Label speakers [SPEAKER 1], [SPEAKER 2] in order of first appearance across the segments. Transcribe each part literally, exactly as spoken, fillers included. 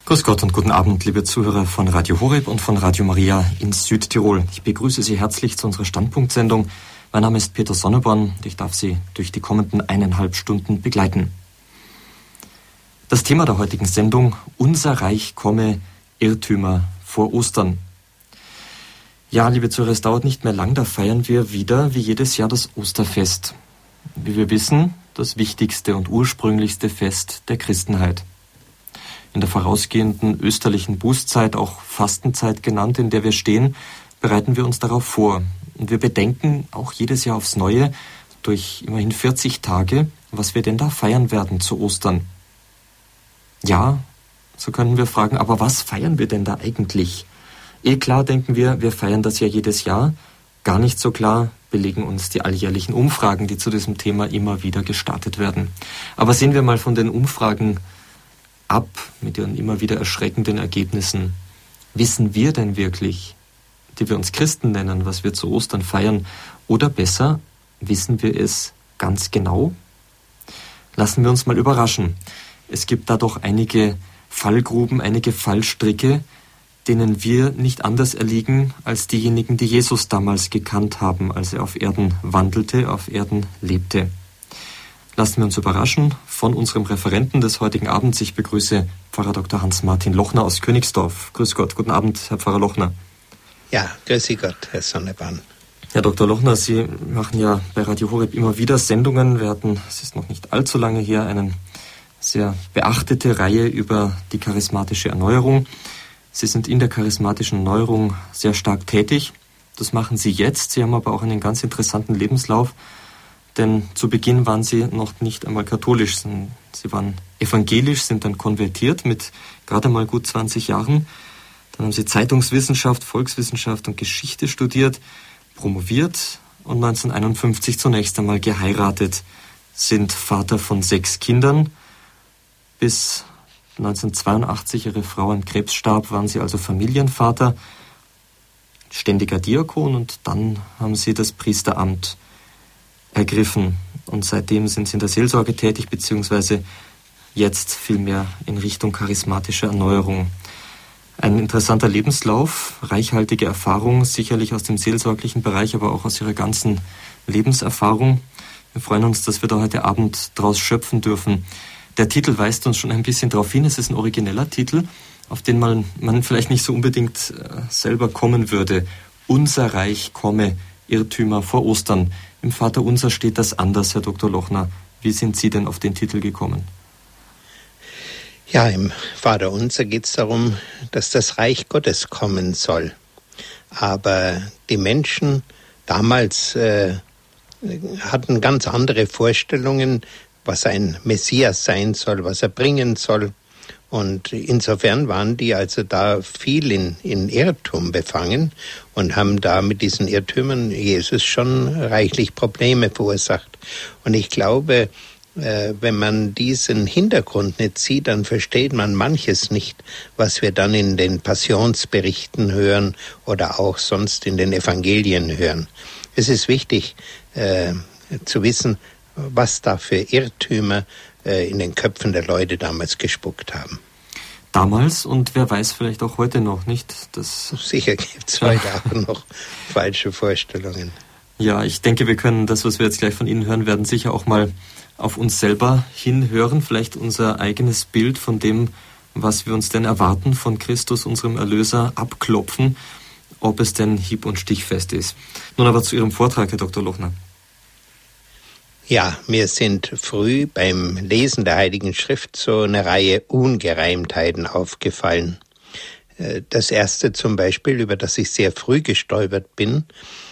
[SPEAKER 1] Grüß Gott und guten Abend, liebe Zuhörer von Radio Horeb und von Radio Maria in Südtirol. Ich begrüße Sie herzlich zu unserer Standpunktsendung. Mein Name ist Peter Sonneborn und ich darf Sie durch die kommenden eineinhalb Stunden begleiten. Das Thema der heutigen Sendung: Unser Reich komme, Irrtümer vor Ostern. Ja, liebe Zuhörer, es dauert nicht mehr lang, da feiern wir wieder wie jedes Jahr das Osterfest. Wie wir wissen, das wichtigste und ursprünglichste Fest der Christenheit. In der vorausgehenden österlichen Bußzeit, auch Fastenzeit genannt, in der wir stehen, bereiten wir uns darauf vor. Und wir bedenken auch jedes Jahr aufs Neue, durch immerhin vierzig Tage, was wir denn da feiern werden zu Ostern. Ja, so können wir fragen, aber was feiern wir denn da eigentlich? Eh klar denken wir, wir feiern das ja jedes Jahr. Gar nicht so klar belegen uns die alljährlichen Umfragen, die zu diesem Thema immer wieder gestartet werden. Aber sehen wir mal von den Umfragen ab, mit ihren immer wieder erschreckenden Ergebnissen. Wissen wir denn wirklich, die wir uns Christen nennen, was wir zu Ostern feiern? Oder besser, wissen wir es ganz genau? Lassen wir uns mal überraschen. Es gibt da doch einige Fallgruben, einige Fallstricke, denen wir nicht anders erliegen als diejenigen, die Jesus damals gekannt haben, als er auf Erden wandelte, auf Erden lebte. Lassen wir uns überraschen von unserem Referenten des heutigen Abends. Ich begrüße Pfarrer Doktor Hans-Martin Lochner aus Königsdorf. Grüß Gott, guten Abend, Herr Pfarrer Lochner.
[SPEAKER 2] Ja, grüß Gott, Herr Sonneborn.
[SPEAKER 1] Herr Doktor Lochner, Sie machen ja bei Radio Horeb immer wieder Sendungen. Wir hatten, es ist noch nicht allzu lange her, eine sehr beachtete Reihe über die charismatische Erneuerung. Sie sind in der charismatischen Erneuerung sehr stark tätig. Das machen Sie jetzt. Sie haben aber auch einen ganz interessanten Lebenslauf. Denn zu Beginn waren Sie noch nicht einmal katholisch. Sie waren evangelisch, sind dann konvertiert mit gerade mal gut zwanzig Jahren. Dann haben Sie Zeitungswissenschaft, Volkswissenschaft und Geschichte studiert, promoviert und neunzehnhunderteinundfünfzig zunächst einmal geheiratet, sind Vater von sechs Kindern. Bis neunzehnhundertzweiundachtzig Ihre Frau an Krebs starb, waren Sie also Familienvater, ständiger Diakon und dann haben Sie das Priesteramt ergriffen. Und seitdem sind Sie in der Seelsorge tätig, beziehungsweise jetzt vielmehr in Richtung charismatische Erneuerung. Ein interessanter Lebenslauf, reichhaltige Erfahrung, sicherlich aus dem seelsorglichen Bereich, aber auch aus Ihrer ganzen Lebenserfahrung. Wir freuen uns, dass wir da heute Abend daraus schöpfen dürfen. Der Titel weist uns schon ein bisschen darauf hin, es ist ein origineller Titel, auf den man, man vielleicht nicht so unbedingt äh, selber kommen würde. Unser Reich komme, Irrtümer vor Ostern. Im Vaterunser steht das anders, Herr Doktor Lochner. Wie sind Sie denn auf den Titel gekommen?
[SPEAKER 2] Ja, im Vaterunser geht es darum, dass das Reich Gottes kommen soll. Aber die Menschen damals äh, hatten ganz andere Vorstellungen, was ein Messias sein soll, was er bringen soll. Und insofern waren die also da viel in, in Irrtum befangen und haben da mit diesen Irrtümern Jesus schon reichlich Probleme verursacht. Und ich glaube, äh, wenn man diesen Hintergrund nicht sieht, dann versteht man manches nicht, was wir dann in den Passionsberichten hören oder auch sonst in den Evangelien hören. Es ist wichtig äh, zu wissen, was da für Irrtümer äh, in den Köpfen der Leute damals gespuckt haben.
[SPEAKER 1] Damals und wer weiß vielleicht auch heute noch nicht. Dass
[SPEAKER 2] Sicher gibt es heute auch noch falsche Vorstellungen.
[SPEAKER 1] Ja, ich denke, wir können das, was wir jetzt gleich von Ihnen hören werden, sicher auch mal auf uns selber hinhören. Vielleicht unser eigenes Bild von dem, was wir uns denn erwarten von Christus, unserem Erlöser, abklopfen, ob es denn hieb- und stichfest ist. Nun aber zu Ihrem Vortrag, Herr Doktor Lochner.
[SPEAKER 2] Ja, mir sind früh beim Lesen der Heiligen Schrift so eine Reihe Ungereimtheiten aufgefallen. Das erste zum Beispiel, über das ich sehr früh gestolpert bin,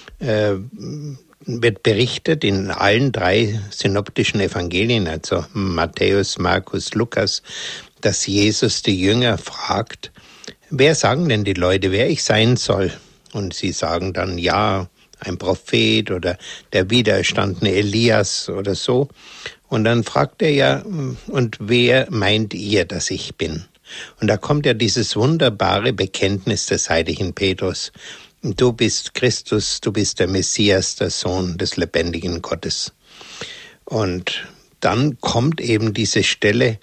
[SPEAKER 2] wird berichtet in allen drei synoptischen Evangelien, also Matthäus, Markus, Lukas, dass Jesus die Jünger fragt, wer sagen denn die Leute, wer ich sein soll? Und sie sagen dann, ja, ein Prophet oder der wiedererstandene Elias oder so. Und dann fragt er ja, und wer meint ihr, dass ich bin? Und da kommt ja dieses wunderbare Bekenntnis des heiligen Petrus. Du bist Christus, du bist der Messias, der Sohn des lebendigen Gottes. Und dann kommt eben diese Stelle,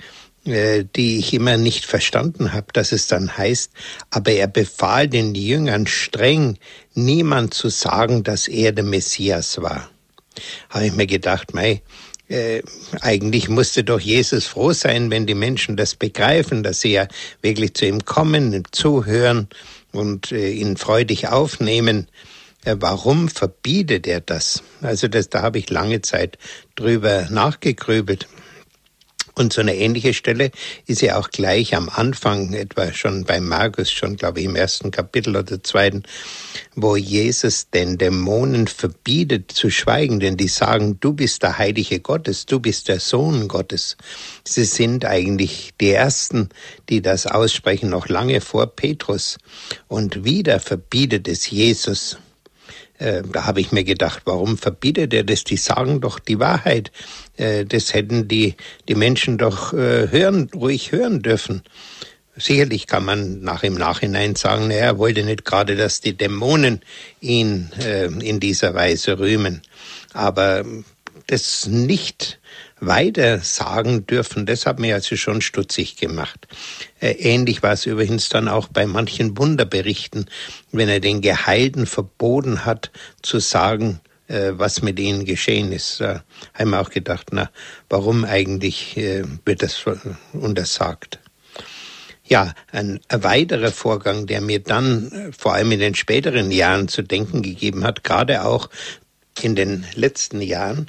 [SPEAKER 2] äh, die ich immer nicht verstanden habe, dass es dann heißt, aber er befahl den Jüngern streng, niemand zu sagen, dass er der Messias war. Habe ich mir gedacht, mei, Äh, eigentlich musste doch Jesus froh sein, wenn die Menschen das begreifen, dass sie ja wirklich zu ihm kommen, zuhören und äh, ihn freudig aufnehmen. Äh, warum verbietet er das? Also das, da habe ich lange Zeit drüber nachgegrübelt. Und so eine ähnliche Stelle ist ja auch gleich am Anfang, etwa schon bei Markus, schon glaube ich im ersten Kapitel oder zweiten, wo Jesus den Dämonen verbietet zu schweigen, denn die sagen, du bist der Heilige Gottes, du bist der Sohn Gottes. Sie sind eigentlich die Ersten, die das aussprechen, noch lange vor Petrus. Und wieder verbietet es Jesus. Äh, da habe ich mir gedacht, warum verbietet er das? Die sagen doch die Wahrheit. Äh, das hätten die, die Menschen doch äh, hören, ruhig hören dürfen. Sicherlich kann man nach im Nachhinein sagen, na, er wollte nicht gerade, dass die Dämonen ihn äh, in dieser Weise rühmen. Aber das nicht weiter sagen dürfen, das hat mich also schon stutzig gemacht. Äh, ähnlich war es übrigens dann auch bei manchen Wunderberichten, wenn er den Geheilten verboten hat, zu sagen, äh, was mit ihnen geschehen ist. Da haben wir auch gedacht, na, warum eigentlich äh, wird das untersagt? Ja, ein, ein weiterer Vorgang, der mir dann äh, vor allem in den späteren Jahren zu denken gegeben hat, gerade auch in den letzten Jahren,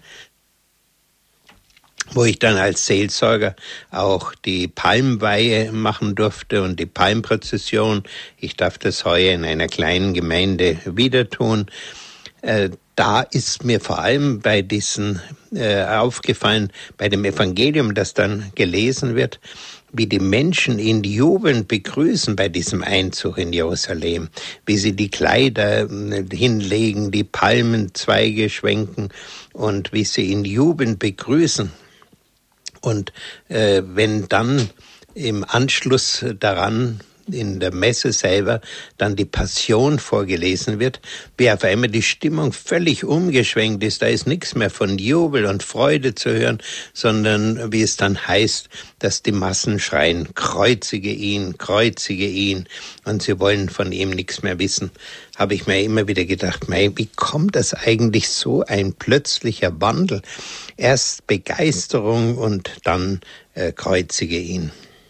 [SPEAKER 2] wo ich dann als Seelsorger auch die Palmweihe machen durfte und die Palmprozession. Ich darf das heuer in einer kleinen Gemeinde wieder tun. Äh, da ist mir vor allem bei diesen äh, aufgefallen, bei dem Evangelium, das dann gelesen wird, wie die Menschen ihn jubelnd begrüßen bei diesem Einzug in Jerusalem, wie sie die Kleider hinlegen, die Palmenzweige schwenken und wie sie ihn jubelnd begrüßen. Und äh, wenn dann im Anschluss daran in der Messe selber dann die Passion vorgelesen wird, wie auf einmal die Stimmung völlig umgeschwenkt ist. Da ist nichts mehr von Jubel und Freude zu hören, sondern wie es dann heißt, dass die Massen schreien, kreuzige ihn, kreuzige ihn, und sie wollen von ihm nichts mehr wissen. Habe ich mir immer wieder gedacht, mei, wie kommt das eigentlich so ein plötzlicher Wandel? Erst Begeisterung und dann äh, kreuzige ihn.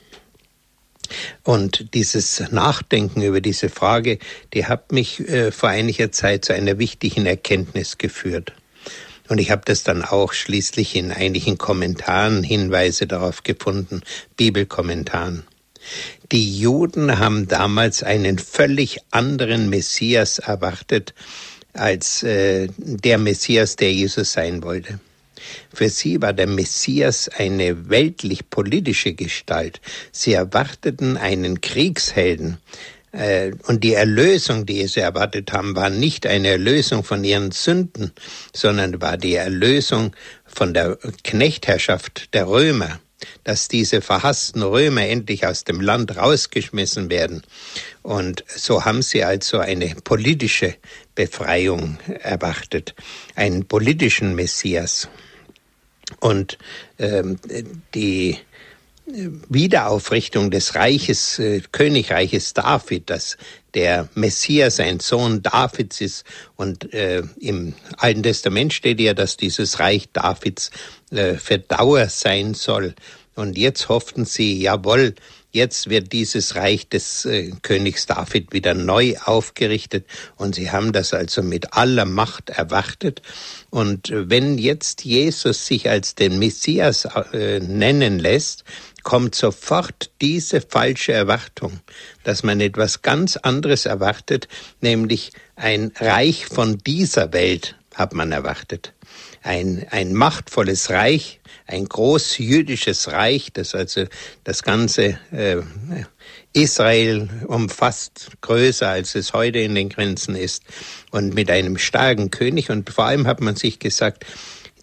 [SPEAKER 2] Und dieses Nachdenken über diese Frage, die hat mich äh, vor einiger Zeit zu einer wichtigen Erkenntnis geführt. Und ich habe das dann auch schließlich in einigen Kommentaren Hinweise darauf gefunden, Bibelkommentaren. Die Juden haben damals einen völlig anderen Messias erwartet, als äh, der Messias, der Jesus sein wollte. Für sie war der Messias eine weltlich-politische Gestalt. Sie erwarteten einen Kriegshelden. Äh, und die Erlösung, die sie erwartet haben, war nicht eine Erlösung von ihren Sünden, sondern war die Erlösung von der Knechtherrschaft der Römer. Dass diese verhassten Römer endlich aus dem Land rausgeschmissen werden. Und so haben sie also eine politische Befreiung erwartet, einen politischen Messias. Und ähm, die Wiederaufrichtung des Reiches, äh, Königreiches David, dass der Messias ein Sohn Davids ist, und äh, im Alten Testament steht ja, dass dieses Reich Davids äh, für Dauer sein soll. Und jetzt hofften sie, jawohl, jetzt wird dieses Reich des äh, Königs David wieder neu aufgerichtet, und sie haben das also mit aller Macht erwartet. Und wenn jetzt Jesus sich als den Messias äh, nennen lässt, kommt sofort diese falsche Erwartung, dass man etwas ganz anderes erwartet, nämlich ein Reich von dieser Welt hat man erwartet. Ein, ein machtvolles Reich, ein großjüdisches Reich, das also das ganze äh, Israel umfasst, größer als es heute in den Grenzen ist, und mit einem starken König. Und vor allem hat man sich gesagt,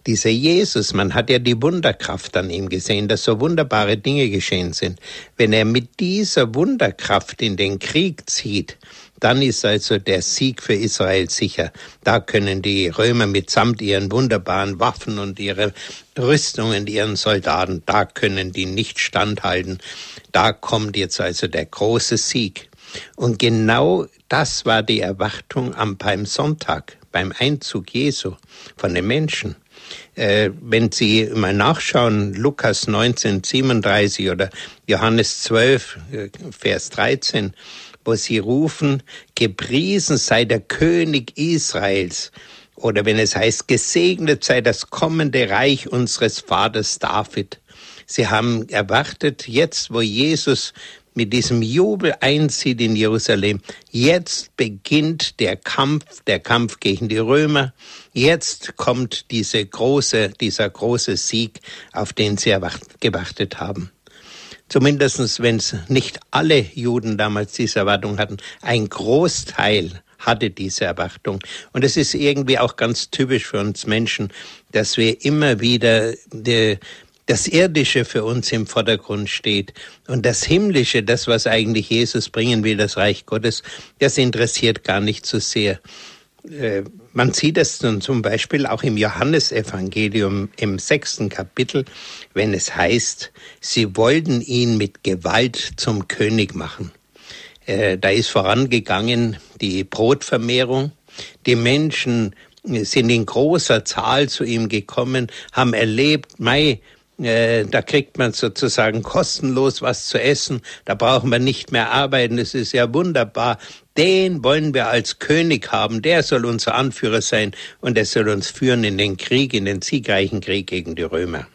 [SPEAKER 2] dieser Jesus, man hat ja die Wunderkraft an ihm gesehen, dass so wunderbare Dinge geschehen sind. Wenn er mit dieser Wunderkraft in den Krieg zieht, dann ist also der Sieg für Israel sicher. Da können die Römer mitsamt ihren wunderbaren Waffen und ihre Rüstungen, ihren Soldaten, da können die nicht standhalten. Da kommt jetzt also der große Sieg. Und genau das war die Erwartung am Palmsonntag, beim Einzug Jesu von den Menschen. Äh, wenn Sie mal nachschauen, Lukas neunzehn, siebenunddreißig oder Johannes zwölf, Vers dreizehn, wo sie rufen, gepriesen sei der König Israels. Oder wenn es heißt, gesegnet sei das kommende Reich unseres Vaters David. Sie haben erwartet, jetzt wo Jesus mit diesem Jubel einzieht in Jerusalem, jetzt beginnt der Kampf, der Kampf gegen die Römer. Jetzt kommt diese große, dieser große Sieg, auf den sie gewartet haben. Zumindest, wenn es nicht alle Juden damals diese Erwartung hatten, ein Großteil hatte diese Erwartung. Und es ist irgendwie auch ganz typisch für uns Menschen, dass wir immer wieder die, das Irdische für uns im Vordergrund steht. Und das Himmlische, das, was eigentlich Jesus bringen will, das Reich Gottes, das interessiert gar nicht so sehr. Äh, man sieht es dann zum Beispiel auch im Johannesevangelium im sechsten Kapitel, wenn es heißt, sie wollten ihn mit Gewalt zum König machen. Äh, da ist vorangegangen die Brotvermehrung. Die Menschen sind in großer Zahl zu ihm gekommen, haben erlebt, mei, äh, da kriegt man sozusagen kostenlos was zu essen, da brauchen wir nicht mehr arbeiten, das ist ja wunderbar. Den wollen wir als König haben, der soll unser Anführer sein und er soll uns führen in den Krieg, in den siegreichen Krieg gegen die Römer.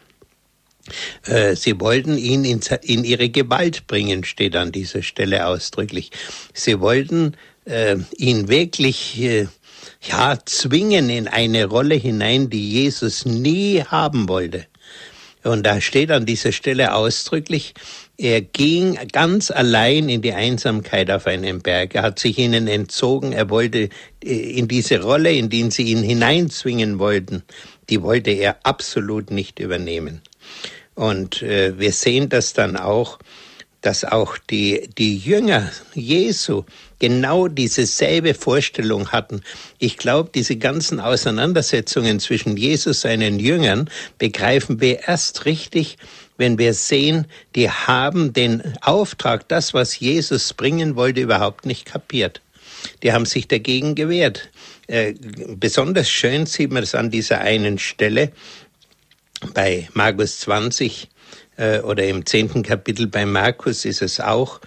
[SPEAKER 2] Äh, sie wollten ihn in, in ihre Gewalt bringen, steht an dieser Stelle ausdrücklich. Sie wollten äh, ihn wirklich äh, ja, zwingen in eine Rolle hinein, die Jesus nie haben wollte. Und da steht an dieser Stelle ausdrücklich, er ging ganz allein in die Einsamkeit auf einen Berg. Er hat sich ihnen entzogen. Er wollte in diese Rolle, in die sie ihn hineinzwingen wollten, die wollte er absolut nicht übernehmen. Und äh, wir sehen das dann auch, dass auch die, die Jünger Jesu genau diese selbe Vorstellung hatten. Ich glaube, diese ganzen Auseinandersetzungen zwischen Jesus und seinen Jüngern begreifen wir erst richtig, wenn wir sehen, die haben den Auftrag, das, was Jesus bringen wollte, überhaupt nicht kapiert. Die haben sich dagegen gewehrt. Äh, besonders schön sieht man es an dieser einen Stelle bei Markus zwanzig äh, oder im zehnten Kapitel bei Markus ist es auch,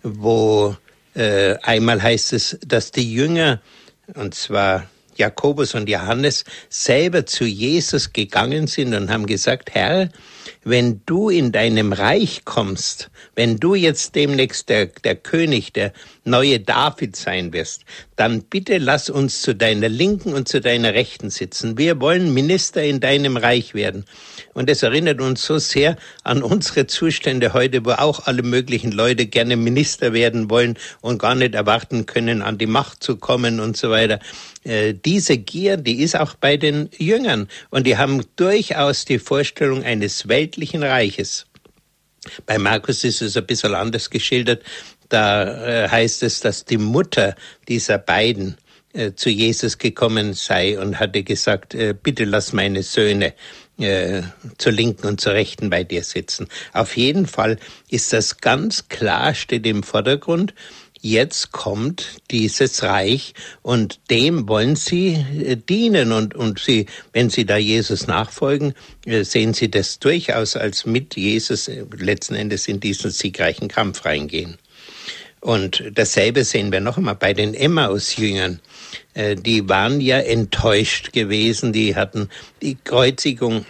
[SPEAKER 2] wo äh, einmal heißt es, dass die Jünger, und zwar Jakobus und Johannes, selber zu Jesus gegangen sind und haben gesagt, Herr, wenn du in deinem Reich kommst, wenn du jetzt demnächst der, der König, der neue David sein wirst, dann bitte lass uns zu deiner Linken und zu deiner Rechten sitzen. Wir wollen Minister in deinem Reich werden. Und das erinnert uns so sehr an unsere Zustände heute, wo auch alle möglichen Leute gerne Minister werden wollen und gar nicht erwarten können, an die Macht zu kommen und so weiter. Äh, diese Gier, die ist auch bei den Jüngern. Und die haben durchaus die Vorstellung eines weltlichen Reiches. Bei Markus ist es ein bisschen anders geschildert. Da äh, heißt es, dass die Mutter dieser beiden äh, zu Jesus gekommen sei und hatte gesagt, äh, bitte lass meine Söhne äh, zur Linken und zur Rechten bei dir sitzen. Auf jeden Fall ist das ganz klar, steht im Vordergrund, jetzt kommt dieses Reich und dem wollen sie äh, dienen und, und sie, wenn sie da Jesus nachfolgen, äh, sehen sie das durchaus als mit Jesus äh, letzten Endes in diesen siegreichen Kampf reingehen. Und dasselbe sehen wir noch einmal bei den Emmaus-Jüngern. Äh, die waren ja enttäuscht gewesen, die hatten die Kreuzigung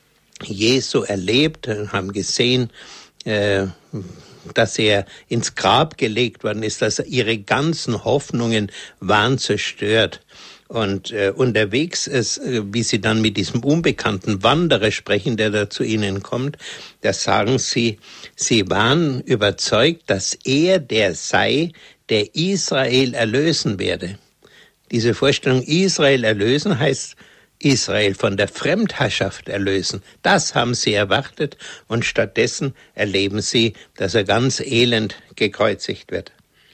[SPEAKER 2] Jesu erlebt, haben gesehen, äh, dass er ins Grab gelegt worden ist, dass ihre ganzen Hoffnungen waren zerstört. Und äh, unterwegs ist, äh, wie sie dann mit diesem unbekannten Wanderer sprechen, der da zu ihnen kommt, da sagen sie, sie waren überzeugt, dass er der sei, der Israel erlösen werde. Diese Vorstellung, Israel erlösen, heißt, Israel von der Fremdherrschaft erlösen. Das haben sie erwartet und stattdessen erleben sie, dass er ganz elend gekreuzigt wird.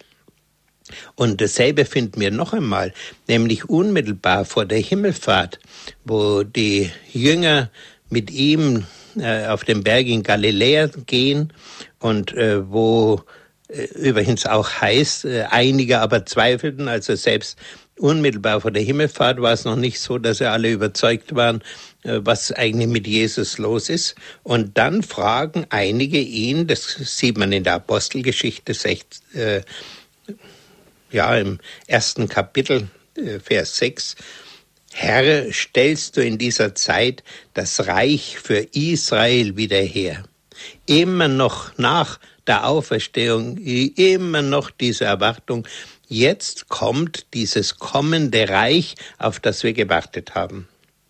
[SPEAKER 2] Und dasselbe finden wir noch einmal, nämlich unmittelbar vor der Himmelfahrt, wo die Jünger mit ihm äh, auf den Berg in Galiläa gehen und äh, wo äh, übrigens auch heißt, äh, einige aber zweifelten, also selbst unmittelbar vor der Himmelfahrt war es noch nicht so, dass sie alle überzeugt waren, äh, was eigentlich mit Jesus los ist. Und dann fragen einige ihn, das sieht man in der Apostelgeschichte sechzehn, äh, ja, im ersten Kapitel, äh, Vers sechs, Herr, stellst du in dieser Zeit das Reich für Israel wieder her? Immer noch nach der Auferstehung, immer noch diese Erwartung, jetzt kommt dieses kommende Reich, auf das wir gewartet haben.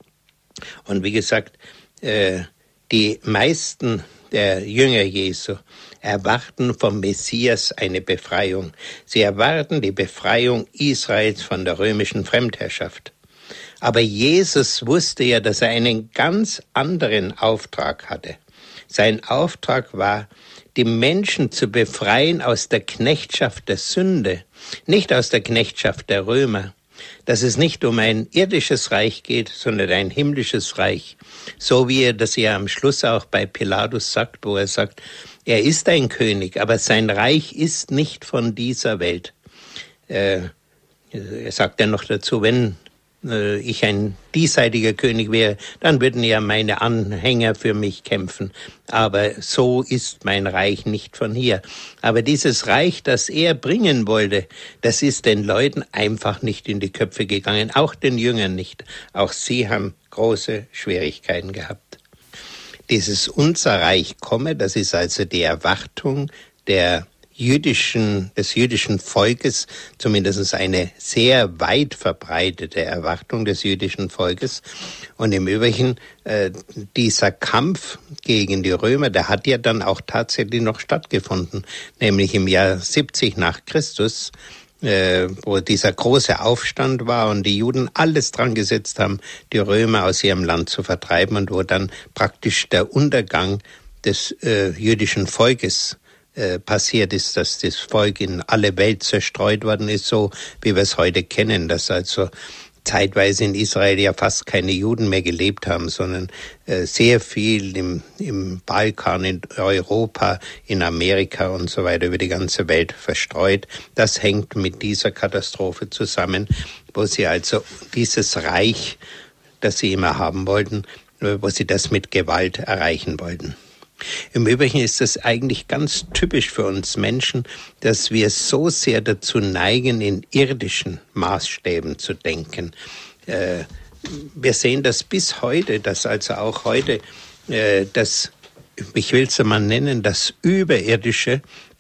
[SPEAKER 2] Und wie gesagt, äh, die meisten der Jünger Jesu erwarten vom Messias eine Befreiung. Sie erwarten die Befreiung Israels von der römischen Fremdherrschaft. Aber Jesus wusste ja, dass er einen ganz anderen Auftrag hatte. Sein Auftrag war, die Menschen zu befreien aus der Knechtschaft der Sünde, nicht aus der Knechtschaft der Römer. Dass es nicht um ein irdisches Reich geht, sondern ein himmlisches Reich. So wie er das ja am Schluss auch bei Pilatus sagt, wo er sagt, er ist ein König, aber sein Reich ist nicht von dieser Welt. Äh, er sagt ja noch dazu, wenn äh, ich ein diesseitiger König wäre, dann würden ja meine Anhänger für mich kämpfen. Aber so ist mein Reich nicht von hier. Aber dieses Reich, das er bringen wollte, das ist den Leuten einfach nicht in die Köpfe gegangen, auch den Jüngern nicht. Auch sie haben große Schwierigkeiten gehabt. Dieses Unser Reich komme, das ist also die Erwartung der jüdischen, des jüdischen Volkes, zumindest eine sehr weit verbreitete Erwartung des jüdischen Volkes. Und im Übrigen, äh, dieser Kampf gegen die Römer, der hat ja dann auch tatsächlich noch stattgefunden, nämlich im Jahr siebzig nach Christus, äh, wo dieser große Aufstand war und die Juden alles dran gesetzt haben, die Römer aus ihrem Land zu vertreiben und wo dann praktisch der Untergang des äh, jüdischen Volkes äh, passiert ist, dass das Volk in alle Welt zerstreut worden ist, so wie wir es heute kennen, dass also zeitweise in Israel ja fast keine Juden mehr gelebt haben, sondern äh, sehr viel im, im Balkan, in Europa, in Amerika und so weiter über die ganze Welt verstreut. Das hängt mit dieser Katastrophe zusammen, wo sie also dieses Reich, das sie immer haben wollten, wo sie das mit Gewalt erreichen wollten. Im Übrigen ist es eigentlich ganz typisch für uns Menschen, dass wir so sehr dazu neigen, in irdischen Maßstäben zu denken. Äh, wir sehen das bis heute, dass also auch heute äh, das, ich will es mal nennen, das Überirdische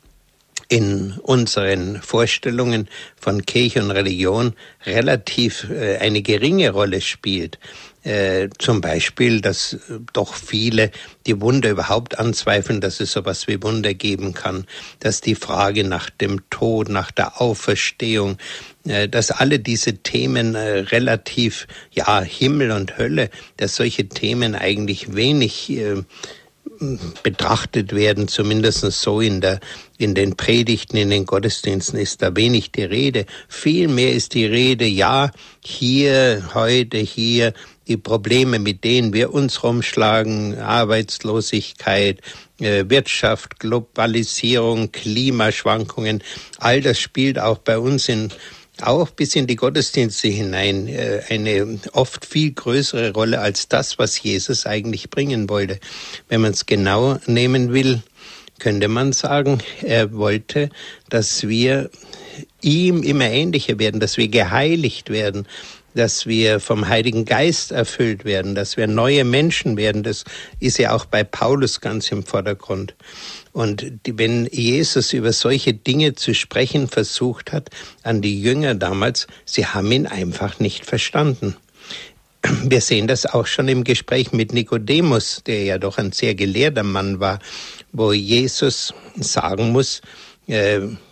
[SPEAKER 2] in unseren Vorstellungen von Kirche und Religion relativ äh, eine geringe Rolle spielt. Äh, zum Beispiel, dass äh, doch viele die Wunder überhaupt anzweifeln, dass es sowas wie Wunder geben kann, dass die Frage nach dem Tod, nach der Auferstehung, äh, dass alle diese Themen äh, relativ, ja, Himmel und Hölle, dass solche Themen eigentlich wenig äh, betrachtet werden, zumindest so in der in den Predigten, in den Gottesdiensten ist da wenig die Rede. Vielmehr ist die Rede, ja, hier, heute, hier, die Probleme, mit denen wir uns rumschlagen, Arbeitslosigkeit, äh, Wirtschaft, Globalisierung, Klimaschwankungen, all das spielt auch bei uns in auch bis in die Gottesdienste hinein äh, eine oft viel größere Rolle als das, was Jesus eigentlich bringen wollte. Wenn man es genau nehmen will, könnte man sagen, er wollte, dass wir ihm immer ähnlicher werden, dass wir geheiligt werden, dass wir vom Heiligen Geist erfüllt werden, dass wir neue Menschen werden. Das ist ja auch bei Paulus ganz im Vordergrund. Und die, wenn Jesus über solche Dinge zu sprechen versucht hat an die Jünger damals, sie haben ihn einfach nicht verstanden. Wir sehen das auch schon im Gespräch mit Nikodemus, der ja doch ein sehr gelehrter Mann war, wo Jesus sagen muss, äh,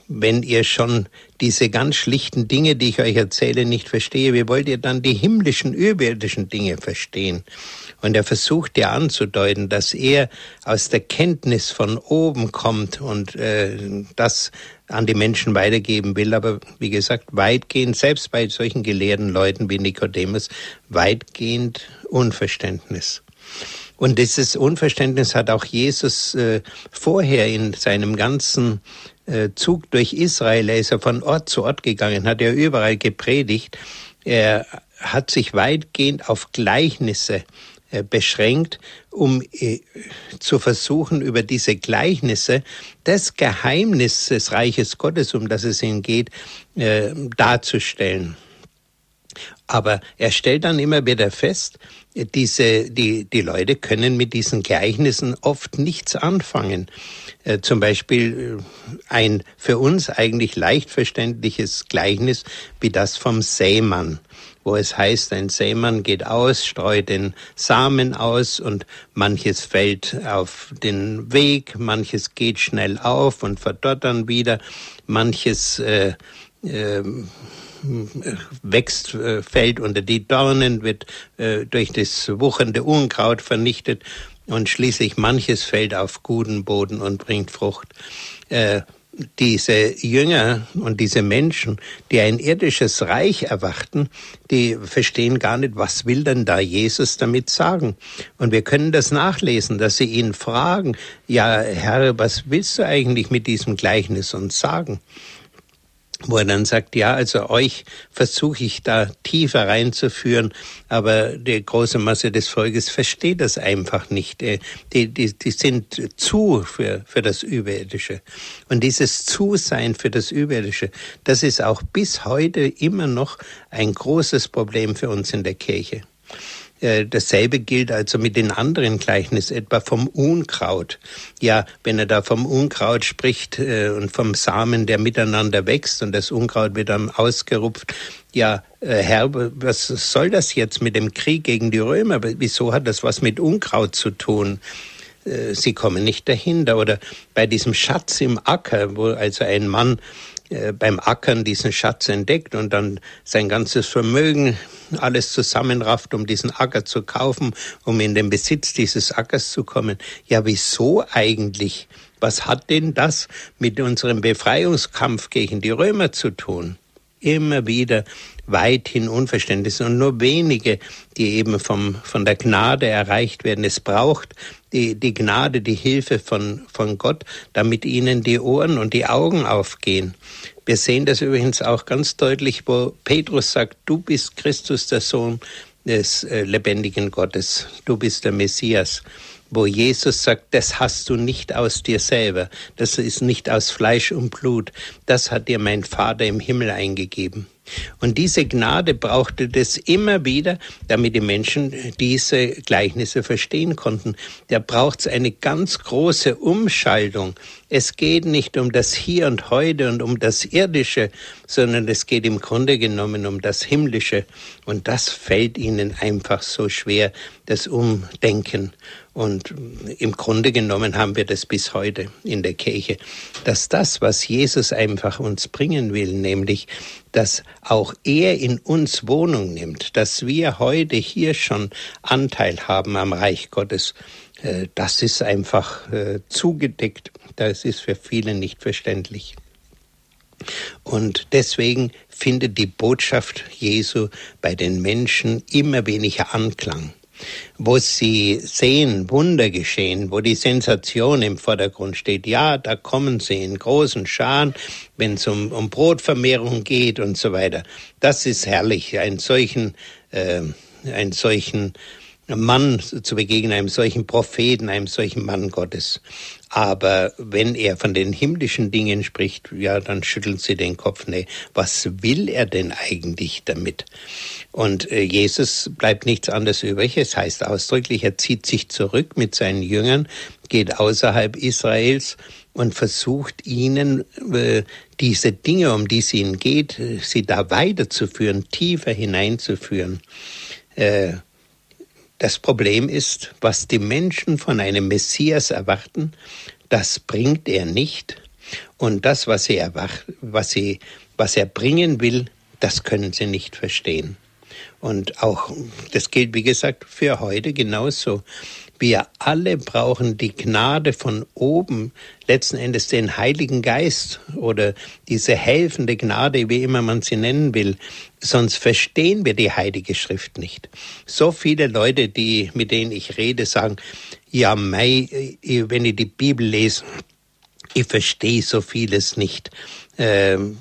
[SPEAKER 2] wenn ihr schon diese ganz schlichten Dinge, die ich euch erzähle, nicht verstehe, wie wollt ihr dann die himmlischen, überirdischen Dinge verstehen? Und er versucht ja anzudeuten, dass er aus der Kenntnis von oben kommt und äh, das an die Menschen weitergeben will. Aber wie gesagt, weitgehend, selbst bei solchen gelehrten Leuten wie Nikodemus, weitgehend Unverständnis. Und dieses Unverständnis hat auch Jesus äh, vorher in seinem ganzen äh, Zug durch Israel, er ist ja von Ort zu Ort gegangen, hat er überall gepredigt. Er hat sich weitgehend auf Gleichnisse äh, beschränkt, um äh, zu versuchen, über diese Gleichnisse das Geheimnis des Reiches Gottes, um das es ihm geht, äh, darzustellen. Aber er stellt dann immer wieder fest, diese, die, die Leute können mit diesen Gleichnissen oft nichts anfangen. Äh, zum Beispiel ein für uns eigentlich leicht verständliches Gleichnis wie das vom Sämann, wo es heißt, ein Sämann geht aus, streut den Samen aus und manches fällt auf den Weg, manches geht schnell auf und verdorrt dann wieder, manches äh, äh, wächst, äh, fällt unter die Dornen, wird äh, durch das wuchernde Unkraut vernichtet und schließlich manches fällt auf guten Boden und bringt Frucht. Äh, diese Jünger und diese Menschen, die ein irdisches Reich erwarten, die verstehen gar nicht, was will denn da Jesus damit sagen? Und wir können das nachlesen, dass sie ihn fragen, ja Herr, was willst du eigentlich mit diesem Gleichnis uns sagen? Wo er dann sagt, ja, also euch versuche ich da tiefer reinzuführen, aber die große Masse des Volkes versteht das einfach nicht. Die, die, die sind zu für, für das Überirdische. Und dieses Zusein für das Überirdische, das ist auch bis heute immer noch ein großes Problem für uns in der Kirche. Dasselbe gilt also mit den anderen Gleichnissen, etwa vom Unkraut. Ja, wenn er da vom Unkraut spricht äh, und vom Samen, der miteinander wächst und das Unkraut wird dann ausgerupft. Ja, äh, Herr, was soll das jetzt mit dem Krieg gegen die Römer? Wieso hat das was mit Unkraut zu tun? Äh, sie kommen nicht dahinter. Oder bei diesem Schatz im Acker, wo also ein Mann beim Ackern diesen Schatz entdeckt und dann sein ganzes Vermögen alles zusammenrafft, um diesen Acker zu kaufen, um in den Besitz dieses Ackers zu kommen. Ja, wieso eigentlich? Was hat denn das mit unserem Befreiungskampf gegen die Römer zu tun? Immer wieder weithin Unverständnis und nur wenige, die eben vom, von der Gnade erreicht werden. Es braucht die, die Gnade, die Hilfe von, von Gott, damit ihnen die Ohren und die Augen aufgehen. Wir sehen das übrigens auch ganz deutlich, wo Petrus sagt, du bist Christus, der Sohn des äh, lebendigen Gottes, du bist der Messias. Wo Jesus sagt, das hast du nicht aus dir selber, das ist nicht aus Fleisch und Blut, das hat dir mein Vater im Himmel eingegeben. Und diese Gnade brauchte das immer wieder, damit die Menschen diese Gleichnisse verstehen konnten. Da braucht es eine ganz große Umschaltung. Es geht nicht um das Hier und Heute und um das Irdische, sondern es geht im Grunde genommen um das Himmlische. Und das fällt ihnen einfach so schwer, das Umdenken. Und im Grunde genommen haben wir das bis heute in der Kirche, dass das, was Jesus einfach uns bringen will, nämlich, dass auch er in uns Wohnung nimmt, dass wir heute hier schon Anteil haben am Reich Gottes, das ist einfach zugedeckt, das ist für viele nicht verständlich. Und deswegen findet die Botschaft Jesu bei den Menschen immer weniger Anklang. Wo sie sehen, Wunder geschehen, wo die Sensation im Vordergrund steht, ja, da kommen sie in großen Scharen, wenn es um, um Brotvermehrung geht und so weiter. Das ist herrlich, einen solchen, äh, einen solchen Mann zu begegnen, einem solchen Propheten, einem solchen Mann Gottes. Aber wenn er von den himmlischen Dingen spricht, ja, dann schütteln sie den Kopf. Nee, was will er denn eigentlich damit? Und äh, Jesus bleibt nichts anderes übrig. Es heißt ausdrücklich, er zieht sich zurück mit seinen Jüngern, geht außerhalb Israels und versucht ihnen äh, diese Dinge, um die es ihnen geht, äh, sie da weiterzuführen, tiefer hineinzuführen. Äh, Das Problem ist, was die Menschen von einem Messias erwarten, das bringt er nicht. Und das, was, sie erwacht, was, sie, was er bringen will, das können sie nicht verstehen. Und auch, das gilt, wie gesagt, für heute genauso. Wir alle brauchen die Gnade von oben, letzten Endes den Heiligen Geist oder diese helfende Gnade, wie immer man sie nennen will. Sonst verstehen wir die Heilige Schrift nicht. So viele Leute, die, mit denen ich rede, sagen, ja, mei, wenn ich die Bibel lese, ich verstehe so vieles nicht. Ähm,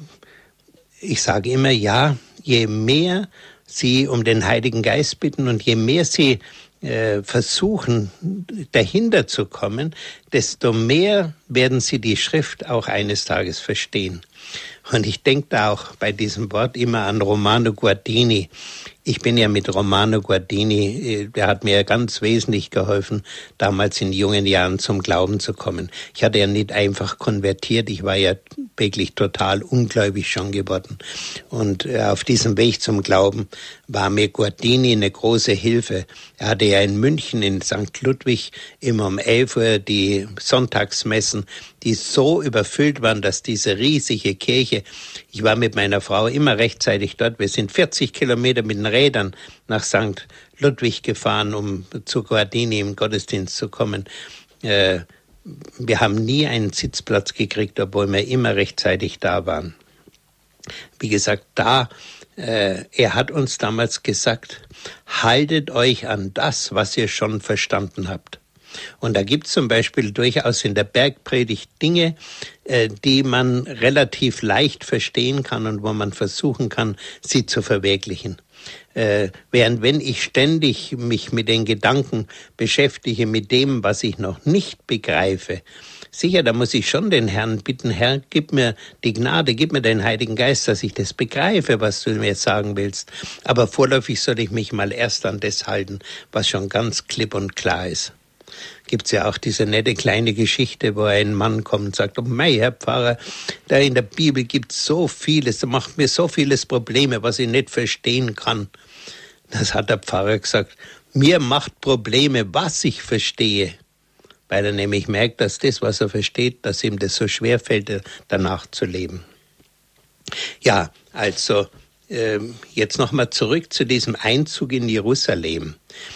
[SPEAKER 2] ich sage immer, ja, je mehr Sie um den Heiligen Geist bitten und je mehr Sie äh, versuchen, dahinter zu kommen, desto mehr werden Sie die Schrift auch eines Tages verstehen. Und ich denke da auch bei diesem Wort immer an Romano Guardini. Ich bin ja mit Romano Guardini, der hat mir ganz wesentlich geholfen, damals in jungen Jahren zum Glauben zu kommen. Ich hatte ja nicht einfach konvertiert, ich war ja wirklich total ungläubig schon geworden. Und auf diesem Weg zum Glauben war mir Guardini eine große Hilfe. Er hatte ja in München, in Sankt Ludwig, immer um elf Uhr die Sonntagsmessen, die so überfüllt waren, dass diese riesige Kirche, ich war mit meiner Frau immer rechtzeitig dort, wir sind vierzig Kilometer mit den Rädern nach Sankt Ludwig gefahren, um zu Guardini im Gottesdienst zu kommen. Äh, wir haben nie einen Sitzplatz gekriegt, obwohl wir immer rechtzeitig da waren. Wie gesagt, da, äh, er hat uns damals gesagt, haltet euch an das, was ihr schon verstanden habt. Und da gibt es zum Beispiel durchaus in der Bergpredigt Dinge, äh, die man relativ leicht verstehen kann und wo man versuchen kann, sie zu verwirklichen. Äh, während wenn ich ständig mich mit den Gedanken beschäftige, mit dem, was ich noch nicht begreife, sicher, da muss ich schon den Herrn bitten, Herr, gib mir die Gnade, gib mir den Heiligen Geist, dass ich das begreife, was du mir sagen willst. Aber vorläufig soll ich mich mal erst an das halten, was schon ganz klipp und klar ist. Gibt's ja auch diese nette kleine Geschichte, wo ein Mann kommt und sagt, oh mei, Herr Pfarrer, da in der Bibel gibt's so vieles, da macht mir so vieles Probleme, was ich nicht verstehen kann. Das hat der Pfarrer gesagt, mir macht Probleme, was ich verstehe. Weil er nämlich merkt, dass das, was er versteht, dass ihm das so schwer fällt, danach zu leben. Ja, also äh, jetzt nochmal zurück zu diesem Einzug in Jerusalem.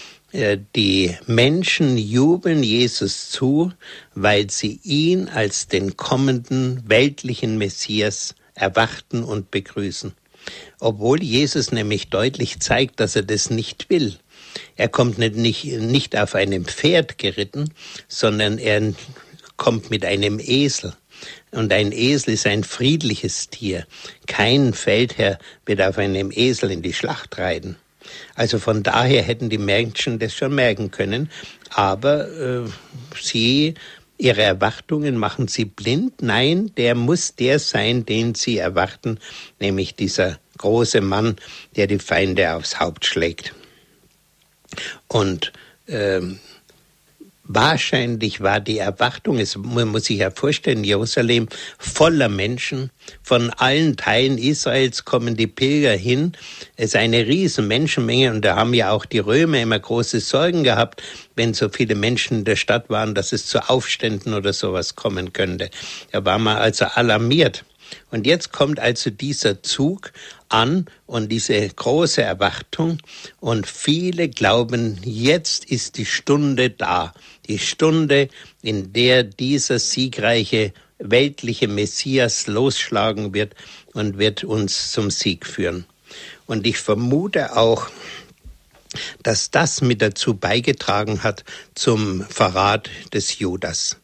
[SPEAKER 2] Die Menschen jubeln Jesus zu, weil sie ihn als den kommenden weltlichen Messias erwarten und begrüßen. Obwohl Jesus nämlich deutlich zeigt, dass er das nicht will. Er kommt nicht, nicht, nicht auf einem Pferd geritten, sondern er kommt mit einem Esel. Und ein Esel ist ein friedliches Tier. Kein Feldherr wird auf einem Esel in die Schlacht reiten. Also von daher hätten die Menschen das schon merken können, aber äh, sie, ihre Erwartungen machen sie blind. Nein, der muss der sein, den sie erwarten, nämlich dieser große Mann, der die Feinde aufs Haupt schlägt. Und ähm, wahrscheinlich war die Erwartung, es, man muss sich ja vorstellen, Jerusalem voller Menschen, von allen Teilen Israels kommen die Pilger hin. Es ist eine riesen Menschenmenge und da haben ja auch die Römer immer große Sorgen gehabt, wenn so viele Menschen in der Stadt waren, dass es zu Aufständen oder sowas kommen könnte. Da war man also alarmiert. Und jetzt kommt also dieser Zug an und diese große Erwartung und viele glauben, jetzt ist die Stunde da. Die Stunde, in der dieser siegreiche weltliche Messias losschlagen wird und wird uns zum Sieg führen. Und ich vermute auch, dass das mit dazu beigetragen hat zum Verrat des Judas.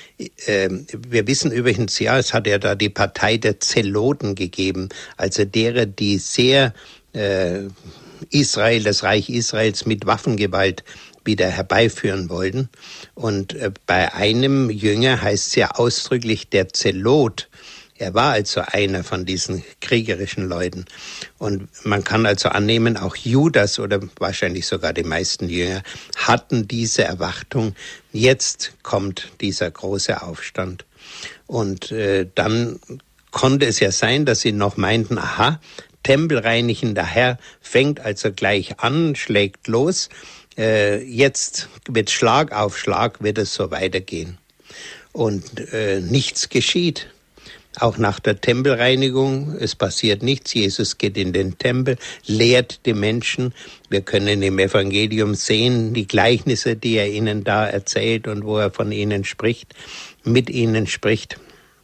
[SPEAKER 2] Wir wissen übrigens, ja, es hat ja da die Partei der Zeloten gegeben, also derer, die sehr äh, Israel, das Reich Israels mit Waffengewalt wieder herbeiführen wollten. Und äh, bei einem Jünger heißt es ja ausdrücklich der Zelot. Er war also einer von diesen kriegerischen Leuten. Und man kann also annehmen, auch Judas oder wahrscheinlich sogar die meisten Jünger hatten diese Erwartung, jetzt kommt dieser große Aufstand. Und äh, dann konnte es ja sein, dass sie noch meinten, aha, tempelreinigender Herr fängt also gleich an, schlägt los. Äh, jetzt wird Schlag auf Schlag, wird es so weitergehen. Und äh, nichts geschieht. auch nach der Tempelreinigung. Es passiert nichts. Jesus geht in den Tempel, lehrt die Menschen. Wir können im Evangelium sehen, die Gleichnisse, die er ihnen da erzählt und wo er von ihnen spricht, mit ihnen spricht.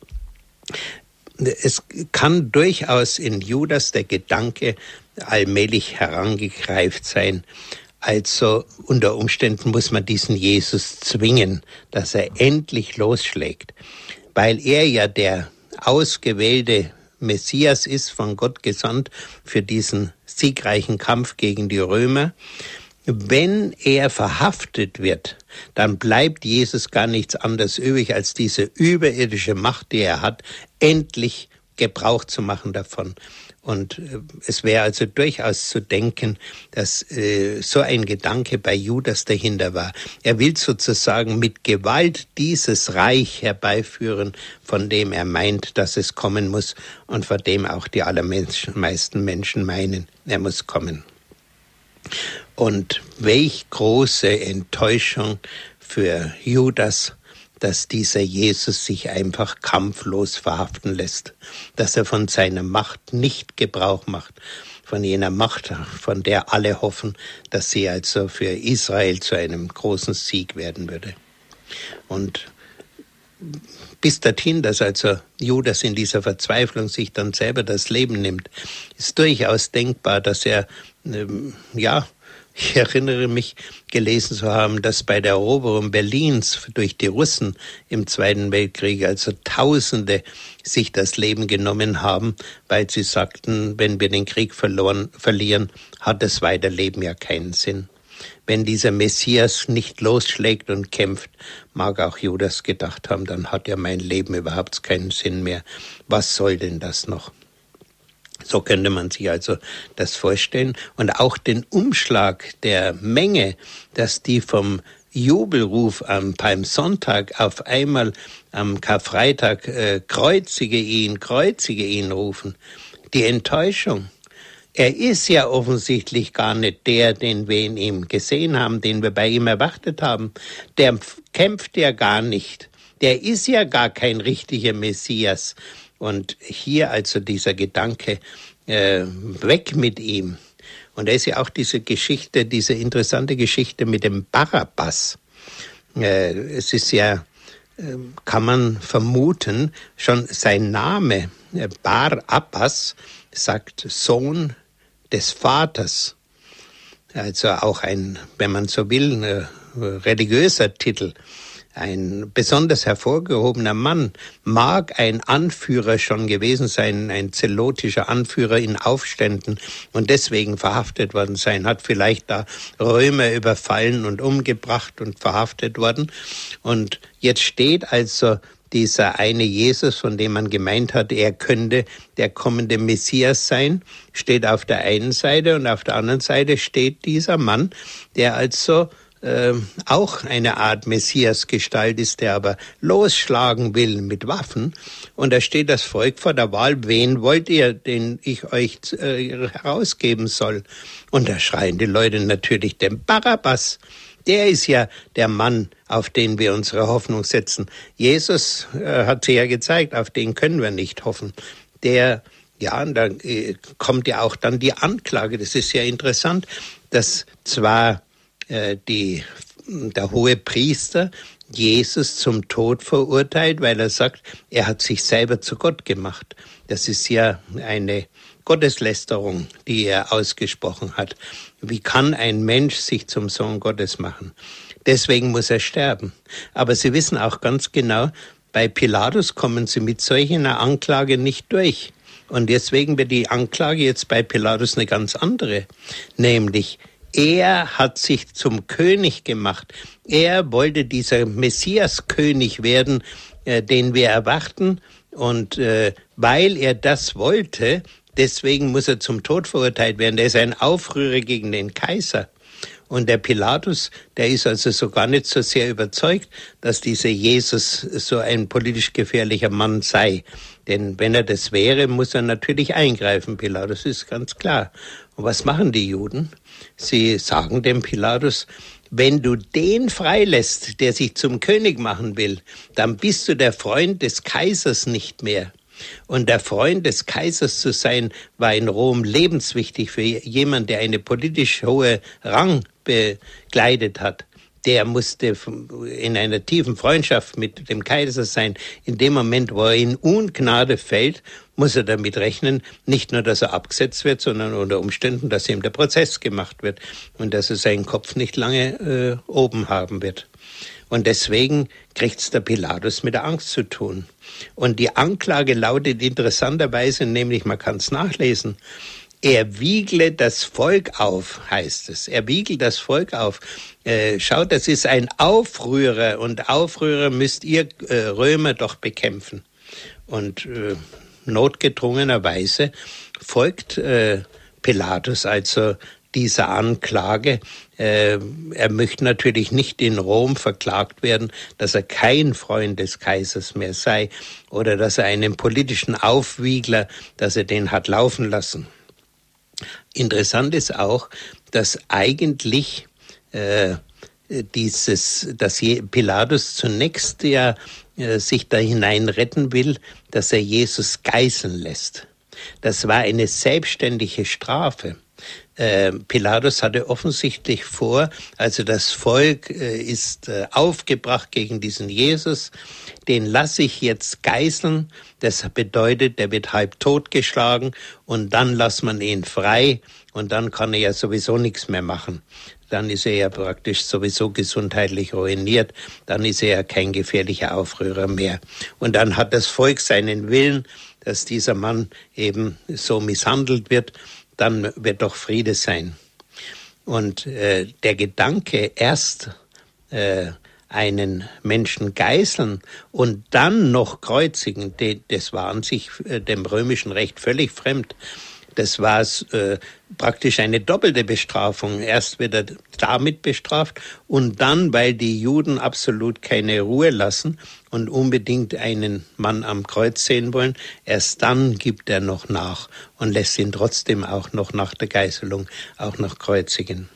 [SPEAKER 2] Es kann durchaus in Judas der Gedanke allmählich herangegreift sein. Also unter Umständen muss man diesen Jesus zwingen, dass er endlich losschlägt, weil er ja der ausgewählte Messias ist, von Gott gesandt für diesen siegreichen Kampf gegen die Römer. Wenn er verhaftet wird, dann bleibt Jesus gar nichts anderes übrig, als diese überirdische Macht, die er hat, endlich Gebrauch zu machen davon. Und äh, es wäre also durchaus zu denken, dass äh, so ein Gedanke bei Judas dahinter war. Er will sozusagen mit Gewalt dieses Reich herbeiführen, von dem er meint, dass es kommen muss und von dem auch die allermeisten Menschen meinen, er muss kommen. Und welch große Enttäuschung für Judas, dass dieser Jesus sich einfach kampflos verhaften lässt, dass er von seiner Macht nicht Gebrauch macht, von jener Macht, von der alle hoffen, dass sie also für Israel zu einem großen Sieg werden würde. Und bis dorthin, dass also Judas in dieser Verzweiflung sich dann selber das Leben nimmt, ist durchaus denkbar, dass er, ähm, ja, ich erinnere mich, gelesen zu haben, dass bei der Eroberung Berlins durch die Russen im Zweiten Weltkrieg also Tausende sich das Leben genommen haben, weil sie sagten, wenn wir den Krieg verloren, verlieren, hat das Weiterleben ja keinen Sinn. Wenn dieser Messias nicht losschlägt und kämpft, mag auch Judas gedacht haben, dann hat ja mein Leben überhaupt keinen Sinn mehr. Was soll denn das noch? So könnte man sich also das vorstellen. Und auch den Umschlag der Menge, dass die vom Jubelruf am Palmsonntag auf einmal am Karfreitag äh, kreuzige ihn, kreuzige ihn rufen. Die Enttäuschung. Er ist ja offensichtlich gar nicht der, den wir in ihm gesehen haben, den wir bei ihm erwartet haben. Der kämpft ja gar nicht. Der ist ja gar kein richtiger Messias. Und hier also dieser Gedanke, äh, weg mit ihm. Und da ist ja auch diese Geschichte, diese interessante Geschichte mit dem Barabbas. Äh, es ist ja, äh, kann man vermuten, schon sein Name, äh, Barabbas, sagt Sohn des Vaters. Also auch ein, wenn man so will, ein äh, religiöser Titel. Ein besonders hervorgehobener Mann, mag ein Anführer schon gewesen sein, ein zelotischer Anführer in Aufständen und deswegen verhaftet worden sein, hat vielleicht da Römer überfallen und umgebracht und verhaftet worden. Und jetzt steht also dieser eine Jesus, von dem man gemeint hat, er könnte der kommende Messias sein, steht auf der einen Seite und auf der anderen Seite steht dieser Mann, der also Äh, auch eine Art Messiasgestalt ist, der aber losschlagen will mit Waffen. Und da steht das Volk vor der Wahl, wen wollt ihr, den ich euch äh, herausgeben soll? Und da schreien die Leute natürlich den Barabbas. Der ist ja der Mann, auf den wir unsere Hoffnung setzen. Jesus äh, hat sich ja gezeigt, auf den können wir nicht hoffen. Der, ja, und da äh, kommt ja auch dann die Anklage. Das ist ja interessant, dass zwar Die, der hohe Priester Jesus zum Tod verurteilt, weil er sagt, er hat sich selber zu Gott gemacht. Das ist ja eine Gotteslästerung, die er ausgesprochen hat. Wie kann ein Mensch sich zum Sohn Gottes machen? Deswegen muss er sterben. Aber Sie wissen auch ganz genau, bei Pilatus kommen Sie mit solch einer Anklage nicht durch. Und deswegen wird die Anklage jetzt bei Pilatus eine ganz andere, nämlich er hat sich zum König gemacht. Er wollte dieser Messias-König werden, äh, den wir erwarten. Und äh, weil er das wollte, deswegen muss er zum Tod verurteilt werden. Er ist ein Aufrührer gegen den Kaiser. Und der Pilatus, der ist also so gar nicht so sehr überzeugt, dass dieser Jesus so ein politisch gefährlicher Mann sei. Denn wenn er das wäre, muss er natürlich eingreifen, Pilatus, ist ganz klar. Und was machen die Juden? Sie sagen dem Pilatus, wenn du den freilässt, der sich zum König machen will, dann bist du der Freund des Kaisers nicht mehr. Und der Freund des Kaisers zu sein, war in Rom lebenswichtig für jemanden, der eine politisch hohe Rang bekleidet hat. Der musste in einer tiefen Freundschaft mit dem Kaiser sein. In dem Moment, wo er in Ungnade fällt, muss er damit rechnen, nicht nur, dass er abgesetzt wird, sondern unter Umständen, dass ihm der Prozess gemacht wird und dass er seinen Kopf nicht lange äh, oben haben wird. Und deswegen kriegt's der Pilatus mit der Angst zu tun. Und die Anklage lautet interessanterweise, nämlich man kann es nachlesen, er wiegle das Volk auf, heißt es. Er wiegelt das Volk auf. Äh, schaut, das ist ein Aufrührer und Aufrührer müsst ihr äh, Römer doch bekämpfen. Und äh, notgedrungenerweise folgt äh, Pilatus also dieser Anklage. Äh, er möchte natürlich nicht in Rom verklagt werden, dass er kein Freund des Kaisers mehr sei oder dass er einen politischen Aufwiegler, dass er den hat laufen lassen. Interessant ist auch, dass eigentlich äh, dieses, dass Pilatus zunächst ja äh, sich da hinein retten will, dass er Jesus geißeln lässt. Das war eine selbstständige Strafe. Äh, Pilatus hatte offensichtlich vor, also das Volk äh, ist äh, aufgebracht gegen diesen Jesus, den lasse ich jetzt geißeln, das bedeutet, der wird halb totgeschlagen und dann lässt man ihn frei und dann kann er ja sowieso nichts mehr machen. Dann ist er ja praktisch sowieso gesundheitlich ruiniert, dann ist er ja kein gefährlicher Aufrührer mehr. Und dann hat das Volk seinen Willen, dass dieser Mann eben so misshandelt wird, dann wird doch Friede sein. Und äh, der Gedanke, erst äh, einen Menschen geißeln und dann noch kreuzigen, de, das war an sich äh, dem römischen Recht völlig fremd. Das war äh, praktisch eine doppelte Bestrafung. Erst wird er damit bestraft und dann, weil die Juden absolut keine Ruhe lassen und unbedingt einen Mann am Kreuz sehen wollen, erst dann gibt er noch nach und lässt ihn trotzdem auch noch nach der Geißelung auch noch kreuzigen.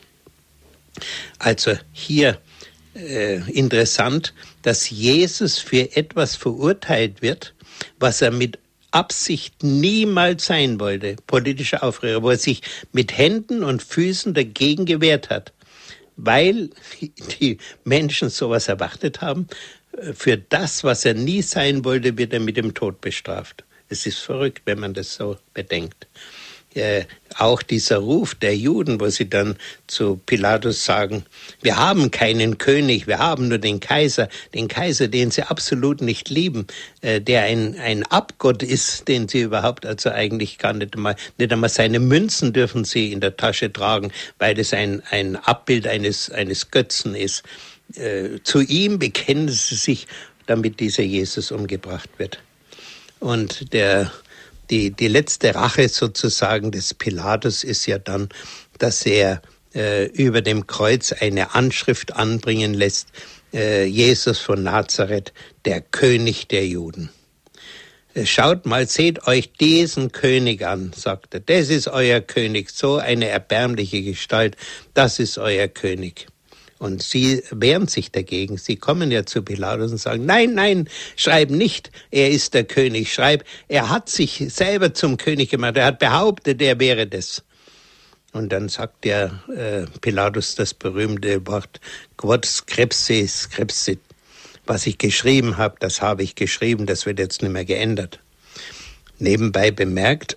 [SPEAKER 2] Also hier äh, interessant, dass Jesus für etwas verurteilt wird, was er mit Absicht niemals sein wollte, politischer Aufrührer, wo er sich mit Händen und Füßen dagegen gewehrt hat, weil die Menschen sowas erwartet haben. Für das, was er nie sein wollte, wird er mit dem Tod bestraft. Es ist verrückt, wenn man das so bedenkt. Äh, auch dieser Ruf der Juden, wo sie dann zu Pilatus sagen, wir haben keinen König, wir haben nur den Kaiser, den Kaiser, den sie absolut nicht lieben, äh, der ein, ein Abgott ist, den sie überhaupt also eigentlich gar nicht einmal, nicht einmal seine Münzen dürfen sie in der Tasche tragen, weil es ein, ein Abbild eines, eines Götzen ist. Äh, zu ihm bekennen sie sich, damit dieser Jesus umgebracht wird. Und der Die, die letzte Rache sozusagen des Pilatus ist ja dann, dass er äh, über dem Kreuz eine Anschrift anbringen lässt, äh, Jesus von Nazareth, der König der Juden. Äh, schaut mal, seht euch diesen König an, sagt er. Das ist euer König, so eine erbärmliche Gestalt, das ist euer König. Und sie wehren sich dagegen. Sie kommen ja zu Pilatus und sagen, nein, nein, schreib nicht, er ist der König. Schreib, er hat sich selber zum König gemacht. Er hat behauptet, er wäre das. Und dann sagt der äh, Pilatus das berühmte Wort, Quod scripsi scripsit. Was ich geschrieben habe, das habe ich geschrieben, das wird jetzt nicht mehr geändert. Nebenbei bemerkt,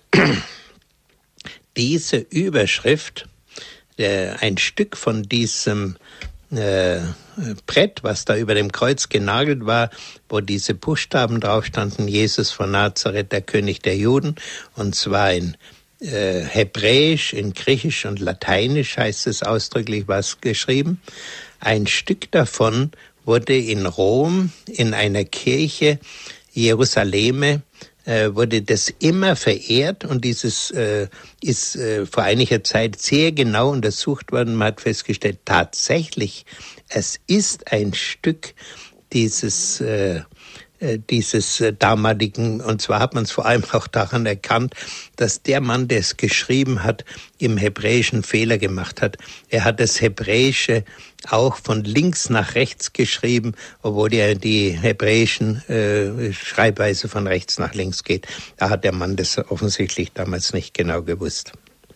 [SPEAKER 2] diese Überschrift, äh, ein Stück von diesem Äh, Brett, was da über dem Kreuz genagelt war, wo diese Buchstaben drauf standen, Jesus von Nazareth, der König der Juden, und zwar in äh, Hebräisch, in Griechisch und Lateinisch heißt es ausdrücklich was geschrieben. Ein Stück davon wurde in Rom, in einer Kirche, Jerusalem, äh, wurde das immer verehrt und dieses äh, ist äh, vor einiger Zeit sehr genau untersucht worden. Man hat festgestellt, tatsächlich, es ist ein Stück dieses äh, äh, dieses äh, damaligen, und zwar hat man es vor allem auch daran erkannt, dass der Mann, der es geschrieben hat, im Hebräischen Fehler gemacht hat. Er hat das Hebräische auch von links nach rechts geschrieben, obwohl er die hebräischen äh, Schreibweise von rechts nach links geht. Da hat der Mann das offensichtlich damals nicht genau gewusst.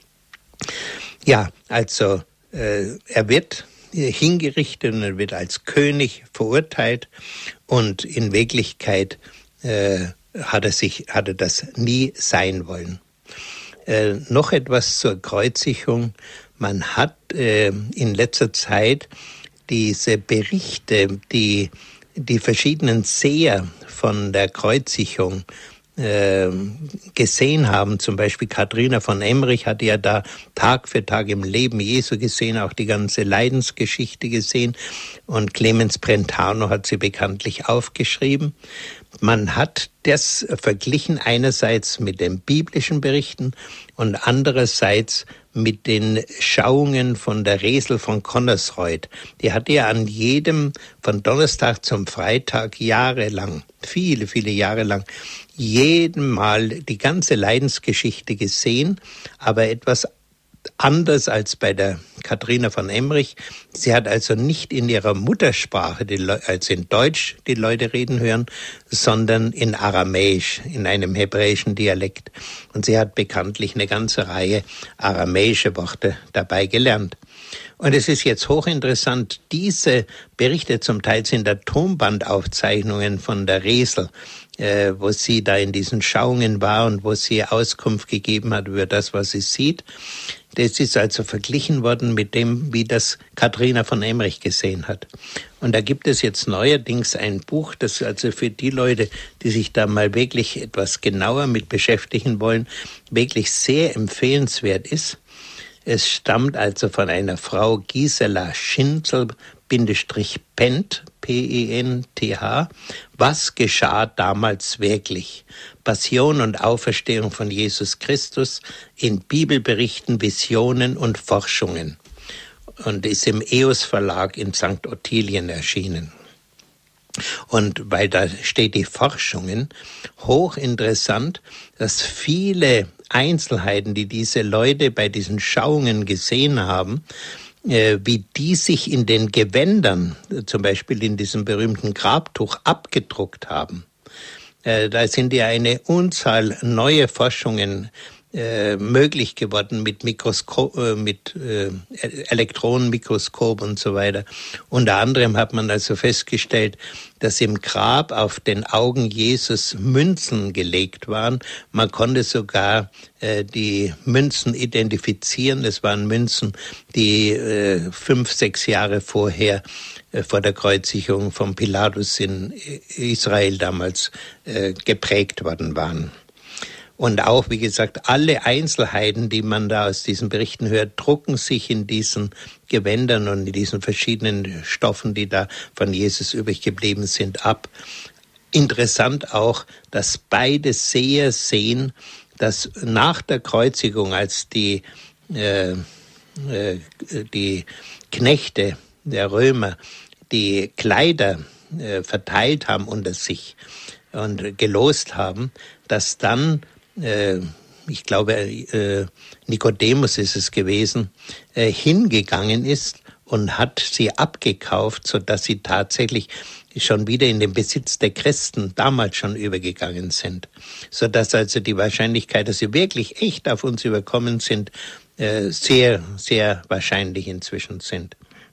[SPEAKER 2] Ja, also äh, er wird hingerichtet und er wird als König verurteilt und in Wirklichkeit äh, hat er sich, hat er das nie sein wollen. Äh, noch etwas zur Kreuzigung. Man hat äh, in letzter Zeit diese Berichte, die die verschiedenen Seher von der Kreuzigung äh, gesehen haben, zum Beispiel Katharina von Emmerich hatte ja da Tag für Tag im Leben Jesu gesehen, auch die ganze Leidensgeschichte gesehen, und Clemens Brentano hat sie bekanntlich aufgeschrieben. Man hat das verglichen einerseits mit den biblischen Berichten und andererseits mit den Schauungen von der Resel von Connersreuth. Die hatte ja an jedem, von Donnerstag zum Freitag jahrelang, viele, viele Jahre lang, jedem Mal die ganze Leidensgeschichte gesehen, aber etwas anders als bei der Katharina von Emmerich. Sie hat also nicht in ihrer Muttersprache, die Le- also in Deutsch, die Leute reden hören, sondern in Aramäisch, in einem hebräischen Dialekt. Und sie hat bekanntlich eine ganze Reihe aramäische Worte dabei gelernt. Und es ist jetzt hochinteressant, diese Berichte, zum Teil sind da Tonbandaufzeichnungen von der Resel, äh, wo sie da in diesen Schauungen war und wo sie Auskunft gegeben hat über das, was sie sieht. Das ist also verglichen worden mit dem, wie das Katharina von Emmerich gesehen hat. Und da gibt es jetzt neuerdings ein Buch, das also für die Leute, die sich da mal wirklich etwas genauer mit beschäftigen wollen, wirklich sehr empfehlenswert ist. Es stammt also von einer Frau Gisela Schinzel, Pent, P E N T H. Was geschah damals wirklich? Passion und Auferstehung von Jesus Christus in Bibelberichten, Visionen und Forschungen. Und ist im E O S Verlag in Sankt Ottilien erschienen. Und weil da steht die Forschungen, hochinteressant, dass viele Einzelheiten, die diese Leute bei diesen Schauungen gesehen haben, äh, wie die sich in den Gewändern, zum Beispiel in diesem berühmten Grabtuch, abgedruckt haben. Äh, da sind ja eine Unzahl neue Forschungen äh, möglich geworden mit Mikroskop, äh, mit äh, Elektronenmikroskop und so weiter. Unter anderem hat man also festgestellt, dass im Grab auf den Augen Jesus Münzen gelegt waren. Man konnte sogar äh, die Münzen identifizieren. Es waren Münzen, die äh, fünf, sechs Jahre vorher äh, vor der Kreuzigung von Pilatus in Israel damals äh, geprägt worden waren. Und auch, wie gesagt, alle Einzelheiten, die man da aus diesen Berichten hört, drucken sich in diesen Gewändern und in diesen verschiedenen Stoffen, die da von Jesus übrig geblieben sind, ab. Interessant auch, dass beide Seher sehen, dass nach der Kreuzigung, als die, äh, äh, die Knechte der Römer die Kleider äh, verteilt haben unter sich und gelost haben, dass dann ich glaube, Nikodemus ist es gewesen, hingegangen ist und hat sie abgekauft, sodass sie tatsächlich schon wieder in den Besitz der Christen damals schon übergegangen sind. Sodass also die Wahrscheinlichkeit, dass sie wirklich echt auf uns überkommen sind, sehr, sehr wahrscheinlich inzwischen sind.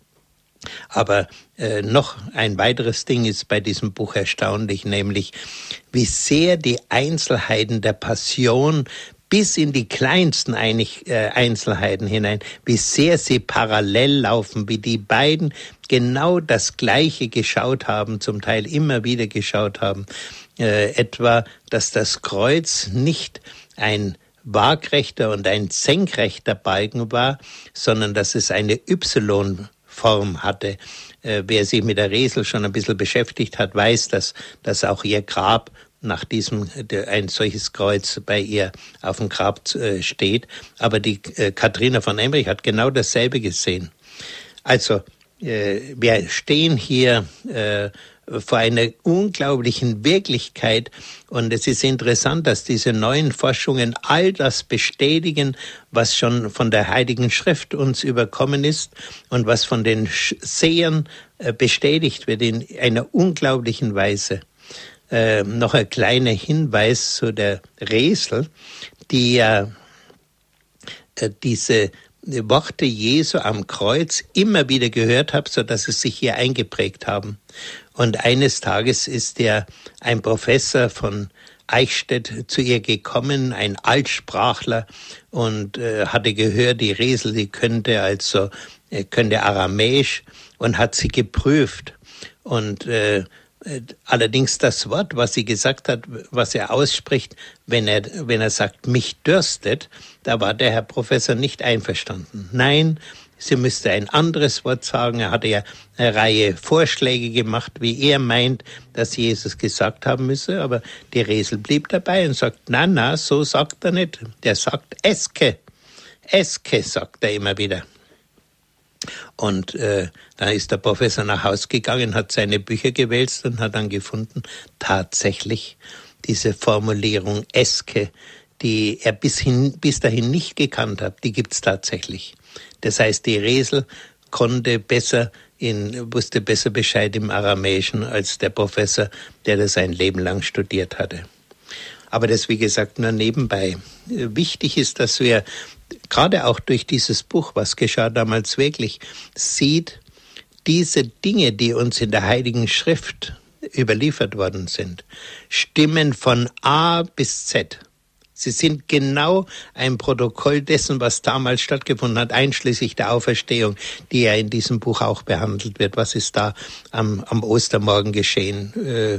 [SPEAKER 2] Aber äh, noch ein weiteres Ding ist bei diesem Buch erstaunlich, nämlich wie sehr die Einzelheiten der Passion bis in die kleinsten Einig, äh, Einzelheiten hinein, wie sehr sie parallel laufen, wie die beiden genau das Gleiche geschaut haben, zum Teil immer wieder geschaut haben. Äh, etwa, dass das Kreuz nicht ein waagrechter und ein senkrechter Balken war, sondern dass es eine Y Form hatte. Äh, wer sich mit der Resel schon ein bisschen beschäftigt hat, weiß, dass, dass auch ihr Grab nach diesem, de, ein solches Kreuz bei ihr auf dem Grab äh, steht. Aber die äh, Katharina von Emmerich hat genau dasselbe gesehen. Also, äh, wir stehen hier äh, vor einer unglaublichen Wirklichkeit. Und es ist interessant, dass diese neuen Forschungen all das bestätigen, was schon von der Heiligen Schrift uns überkommen ist und was von den Sehern bestätigt wird in einer unglaublichen Weise. Äh, noch ein kleiner Hinweis zu der Resel, die ja äh, diese Worte Jesu am Kreuz immer wieder gehört habe, so dass sie sich hier eingeprägt haben. Und eines Tages ist ja ein Professor von Eichstätt zu ihr gekommen, ein Altsprachler, und äh, hatte gehört, die Resel, die könnte also äh, könnte Aramäisch, und hat sie geprüft. Und äh, allerdings das Wort, was sie gesagt hat, was er ausspricht, wenn er, wenn er sagt, mich dürstet, da war der Herr Professor nicht einverstanden. Nein, sie müsste ein anderes Wort sagen. Er hatte ja eine Reihe Vorschläge gemacht, wie er meint, dass Jesus gesagt haben müsse, aber die Resel blieb dabei und sagt, na, na, so sagt er nicht. Der sagt Eske. Eske, sagt er immer wieder. Und äh, da ist der Professor nach Hause gegangen, hat seine Bücher gewälzt und hat dann gefunden, tatsächlich diese Formulierung Eske, die er bis, hin, bis dahin nicht gekannt hat, die gibt's tatsächlich. Das heißt, die Resel konnte besser in, wusste besser Bescheid im Aramäischen als der Professor, der das sein Leben lang studiert hatte. Aber das, wie gesagt, nur nebenbei. Wichtig ist, dass wir gerade auch durch dieses Buch, was geschah damals wirklich, sieht, diese Dinge, die uns in der Heiligen Schrift überliefert worden sind, stimmen von A bis Z. Sie sind genau ein Protokoll dessen, was damals stattgefunden hat, einschließlich der Auferstehung, die ja in diesem Buch auch behandelt wird. Was ist da am, am Ostermorgen geschehen? Äh,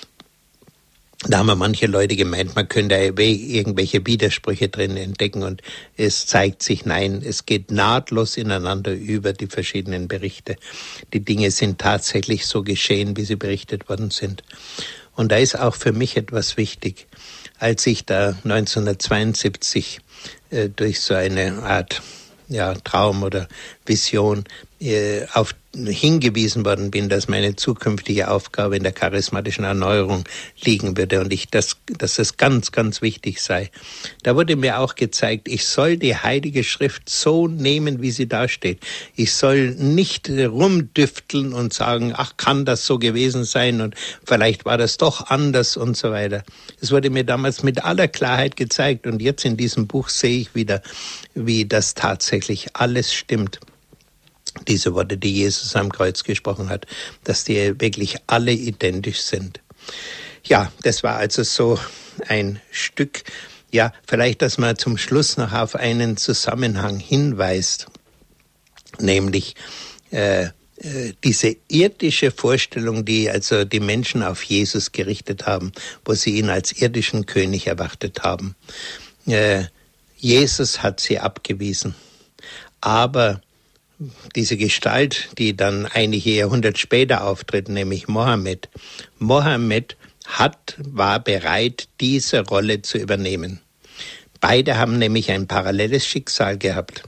[SPEAKER 2] Da haben manche Leute gemeint, man könnte irgendwelche Widersprüche drin entdecken, und es zeigt sich, nein, es geht nahtlos ineinander über, die verschiedenen Berichte. Die Dinge sind tatsächlich so geschehen, wie sie berichtet worden sind. Und da ist auch für mich etwas wichtig. Als ich da neunzehnhundertzweiundsiebzig äh, durch so eine Art ja, Traum oder Vision äh, auf hingewiesen worden bin, dass meine zukünftige Aufgabe in der charismatischen Erneuerung liegen würde und ich das, dass das ganz, ganz wichtig sei. Da wurde mir auch gezeigt, ich soll die Heilige Schrift so nehmen, wie sie da steht. Ich soll nicht rumdüfteln und sagen, ach, kann das so gewesen sein und vielleicht war das doch anders und so weiter. Es wurde mir damals mit aller Klarheit gezeigt, und jetzt in diesem Buch sehe ich wieder, wie das tatsächlich alles stimmt. Diese Worte, die Jesus am Kreuz gesprochen hat, dass die wirklich alle identisch sind. Ja, das war also so ein Stück, ja, vielleicht, dass man zum Schluss noch auf einen Zusammenhang hinweist, nämlich äh, äh, diese irdische Vorstellung, die also die Menschen auf Jesus gerichtet haben, wo sie ihn als irdischen König erwartet haben. Äh, Jesus hat sie abgewiesen, aber diese Gestalt, die dann einige Jahrhunderte später auftritt, nämlich Mohammed. Mohammed hat, war bereit, diese Rolle zu übernehmen. Beide haben nämlich ein paralleles Schicksal gehabt.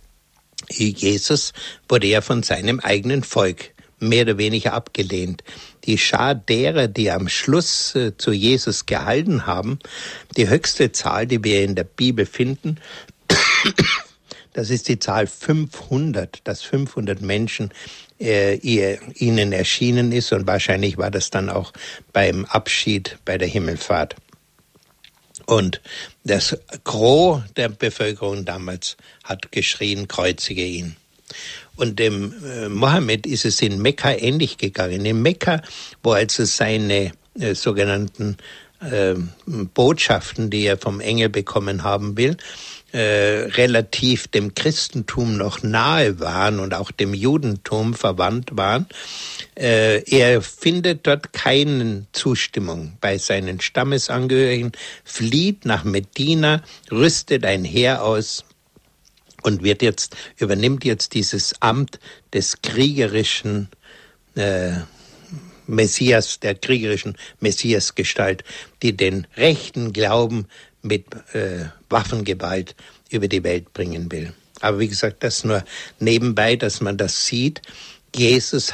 [SPEAKER 2] Jesus wurde ja von seinem eigenen Volk mehr oder weniger abgelehnt. Die Schar derer, die am Schluss äh, zu Jesus gehalten haben, die höchste Zahl, die wir in der Bibel finden, das ist die Zahl fünfhundert, dass fünfhundert Menschen äh, ihr, ihnen erschienen ist, und wahrscheinlich war das dann auch beim Abschied bei der Himmelfahrt. Und das Gros der Bevölkerung damals hat geschrien, kreuzige ihn. Und dem äh, Mohammed ist es in Mekka ähnlich gegangen. In Mekka, wo also seine äh, sogenannten äh, Botschaften, die er vom Engel bekommen haben will, Äh, relativ dem Christentum noch nahe waren und auch dem Judentum verwandt waren. Äh, er findet dort keine Zustimmung bei seinen Stammesangehörigen, flieht nach Medina, rüstet ein Heer aus und wird jetzt, übernimmt jetzt dieses Amt des kriegerischen äh, Messias, der kriegerischen Messiasgestalt, die den rechten Glauben mit äh, Waffengewalt über die Welt bringen will. Aber wie gesagt, das nur nebenbei, dass man das sieht. Jesus hat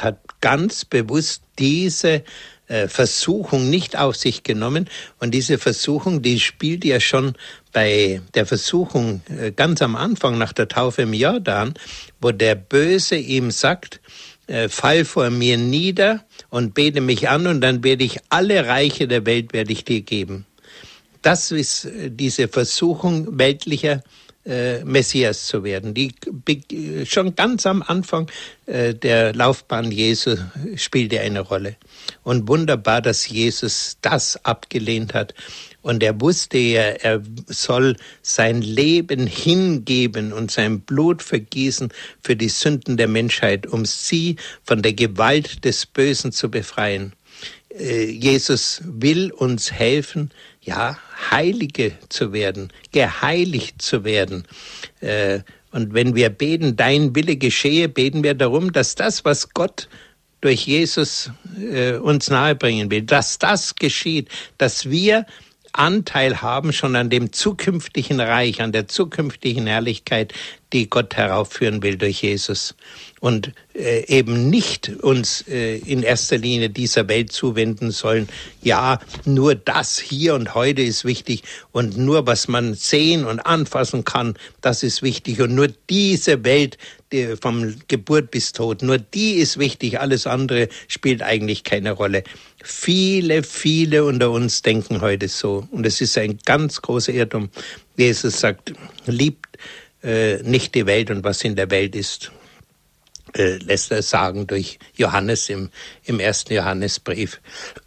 [SPEAKER 2] ganz bewusst diese äh, Versuchung nicht auf sich genommen. Und diese Versuchung, die spielt ja schon bei der Versuchung äh, ganz am Anfang nach der Taufe im Jordan, wo der Böse ihm sagt, äh, fall vor mir nieder und bete mich an und dann werde ich alle Reiche der Welt werde ich dir geben. Das ist äh, diese Versuchung weltlicher Äh, Messias zu werden, die be- schon ganz am Anfang äh, der Laufbahn Jesu spielte eine Rolle. Und wunderbar, dass Jesus das abgelehnt hat. Und er wusste ja, er soll sein Leben hingeben und sein Blut vergießen für die Sünden der Menschheit, um sie von der Gewalt des Bösen zu befreien. Äh, Jesus will uns helfen, ja, Heilige zu werden, geheiligt zu werden. Äh, und wenn wir beten, dein Wille geschehe, beten wir darum, dass das, was Gott durch Jesus äh, uns nahebringen will, dass das geschieht, dass wir Anteil haben schon an dem zukünftigen Reich, an der zukünftigen Herrlichkeit, die Gott heraufführen will durch Jesus. Und äh, eben nicht uns äh, in erster Linie dieser Welt zuwenden sollen. Ja, nur das hier und heute ist wichtig und nur was man sehen und anfassen kann, das ist wichtig. Und nur diese Welt, die vom Geburt bis Tod, nur die ist wichtig. Alles andere spielt eigentlich keine Rolle. Viele, viele unter uns denken heute so. Und es ist ein ganz großer Irrtum. Jesus sagt, liebt äh, nicht die Welt und was in der Welt ist. Äh, lässt er sagen durch Johannes im, im ersten Johannesbrief.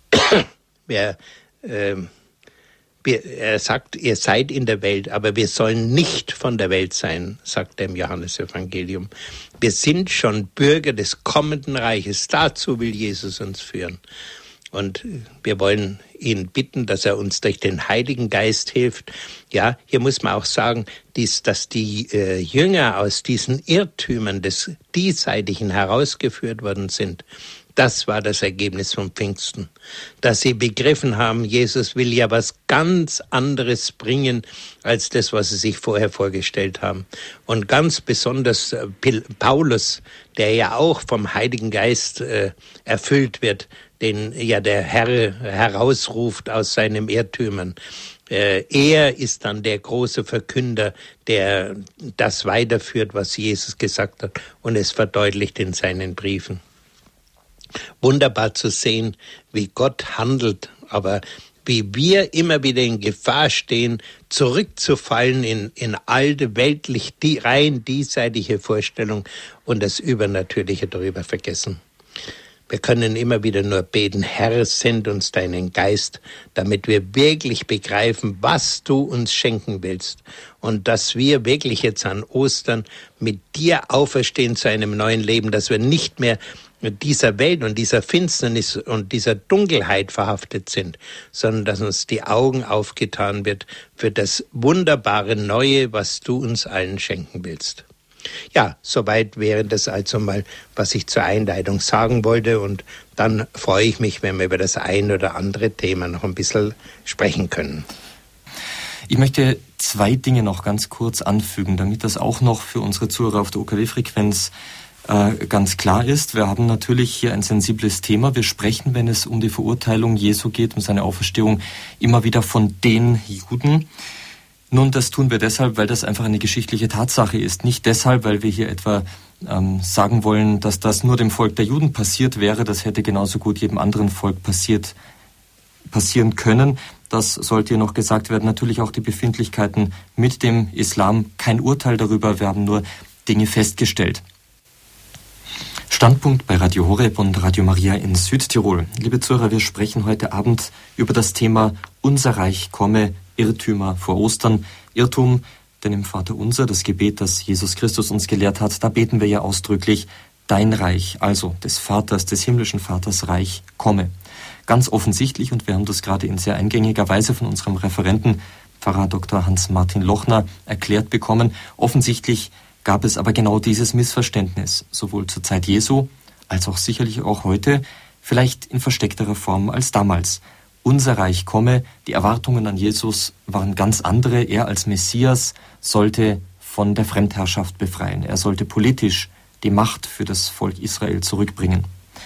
[SPEAKER 2] Wer, äh, wir, er sagt, ihr seid in der Welt, aber wir sollen nicht von der Welt sein, sagt er im Johannesevangelium. Wir sind schon Bürger des kommenden Reiches. Dazu will Jesus uns führen. Und wir wollen ihn bitten, dass er uns durch den Heiligen Geist hilft. Ja, hier muss man auch sagen, dies, dass die äh, Jünger aus diesen Irrtümern des Diesseitigen herausgeführt worden sind. Das war das Ergebnis von Pfingsten. Dass sie begriffen haben, Jesus will ja was ganz anderes bringen, als das, was sie sich vorher vorgestellt haben. Und ganz besonders äh, Paulus, der ja auch vom Heiligen Geist äh, erfüllt wird, den ja der Herr herausruft aus seinen Irrtümern. Äh, er ist dann der große Verkünder, der das weiterführt, was Jesus gesagt hat, und es verdeutlicht in seinen Briefen. Wunderbar zu sehen, wie Gott handelt, aber wie wir immer wieder in Gefahr stehen, zurückzufallen in, in alte, weltlich, die rein diesseitige Vorstellung und das Übernatürliche darüber vergessen. Wir können immer wieder nur beten, Herr, send uns deinen Geist, damit wir wirklich begreifen, was du uns schenken willst. Und dass wir wirklich jetzt an Ostern mit dir auferstehen zu einem neuen Leben, dass wir nicht mehr mit dieser Welt und dieser Finsternis und dieser Dunkelheit verhaftet sind, sondern dass uns die Augen aufgetan wird für das wunderbare Neue, was du uns allen schenken willst. Ja, soweit wäre das also mal, was ich zur Einleitung sagen wollte. Und dann freue ich mich, wenn wir über das ein oder andere Thema noch ein bisschen sprechen können.
[SPEAKER 1] Ich möchte zwei Dinge noch ganz kurz anfügen, damit das auch noch für unsere Zuhörer auf der U K W-Frequenz äh, ganz klar ist. Wir haben natürlich hier ein sensibles Thema. Wir sprechen, wenn es um die Verurteilung Jesu geht, um seine Auferstehung, immer wieder von den Juden. Nun, das tun wir deshalb, weil das einfach eine geschichtliche Tatsache ist. Nicht deshalb, weil wir hier etwa ähm, sagen wollen, dass das nur dem Volk der Juden passiert wäre. Das hätte genauso gut jedem anderen Volk passiert, passieren können. Das sollte hier noch gesagt werden. Natürlich auch die Befindlichkeiten mit dem Islam. Kein Urteil darüber, wir haben nur Dinge festgestellt. Standpunkt bei Radio Horeb und Radio Maria in Südtirol. Liebe Zuhörer, wir sprechen heute Abend über das Thema Unser Reich komme, Irrtümer vor Ostern. Irrtum, denn im Vaterunser, das Gebet, das Jesus Christus uns gelehrt hat, da beten wir ja ausdrücklich, dein Reich, also des Vaters, des himmlischen Vaters Reich, komme. Ganz offensichtlich, und wir haben das gerade in sehr eingängiger Weise von unserem Referenten, Pfarrer Doktor Hans-Martin Lochner, erklärt bekommen, offensichtlich gab es aber genau dieses Missverständnis, sowohl zur Zeit Jesu, als auch sicherlich auch heute, vielleicht in versteckterer Form als damals. Unser Reich komme, die Erwartungen an Jesus waren ganz andere. Er als Messias sollte von der Fremdherrschaft befreien. Er sollte politisch die Macht für das Volk Israel zurückbringen.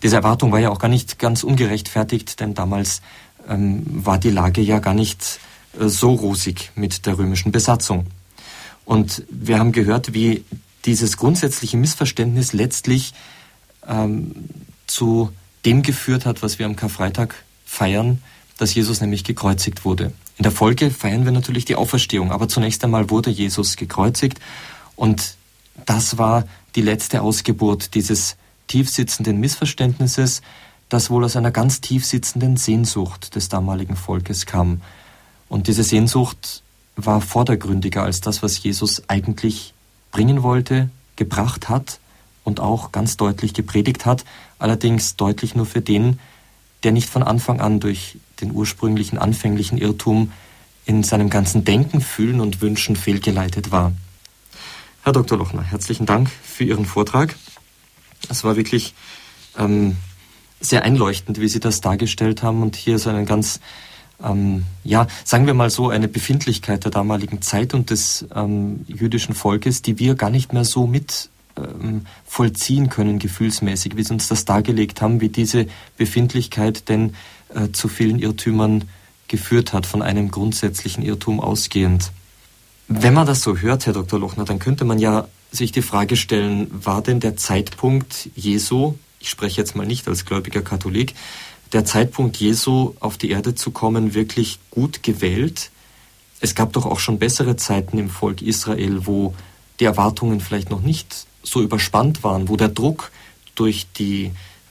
[SPEAKER 1] diese Erwartung war ja auch gar nicht ganz ungerechtfertigt, denn damals ähm, war die Lage ja gar nicht äh, so rosig mit der römischen Besatzung. Und wir haben gehört, wie dieses grundsätzliche Missverständnis letztlich ähm, zu dem geführt hat, was wir am Karfreitag feiern, dass Jesus nämlich gekreuzigt wurde. In der Folge feiern wir natürlich die Auferstehung, aber zunächst einmal wurde Jesus gekreuzigt und das war die letzte Ausgeburt dieses tiefsitzenden Missverständnisses, das wohl aus einer ganz tiefsitzenden Sehnsucht des damaligen Volkes kam. Und diese Sehnsucht war vordergründiger als das, was Jesus eigentlich bringen wollte, gebracht hat und auch ganz deutlich gepredigt hat, allerdings deutlich nur für den, der nicht von Anfang an durch den ursprünglichen, anfänglichen Irrtum in seinem ganzen Denken, Fühlen und Wünschen fehlgeleitet war. Herr Doktor Lochner, herzlichen Dank für Ihren Vortrag. Es war wirklich ähm, sehr einleuchtend, wie Sie das dargestellt haben und hier so einen ganz, ähm, ja, sagen wir mal so, eine Befindlichkeit der damaligen Zeit und des ähm, jüdischen Volkes, die wir gar nicht mehr so mit ähm, vollziehen können, gefühlsmäßig, wie Sie uns das dargelegt haben, wie diese Befindlichkeit denn äh, zu vielen Irrtümern geführt hat, von einem grundsätzlichen Irrtum ausgehend. Wenn man das so hört, Herr Doktor Lochner, dann könnte man ja sich die Frage stellen, war denn der Zeitpunkt Jesu, ich spreche jetzt mal nicht als gläubiger Katholik, der Zeitpunkt Jesu auf die Erde zu kommen wirklich gut gewählt? Es gab doch auch schon bessere Zeiten im Volk Israel, wo die Erwartungen vielleicht noch nicht so überspannt waren, wo der Druck durch die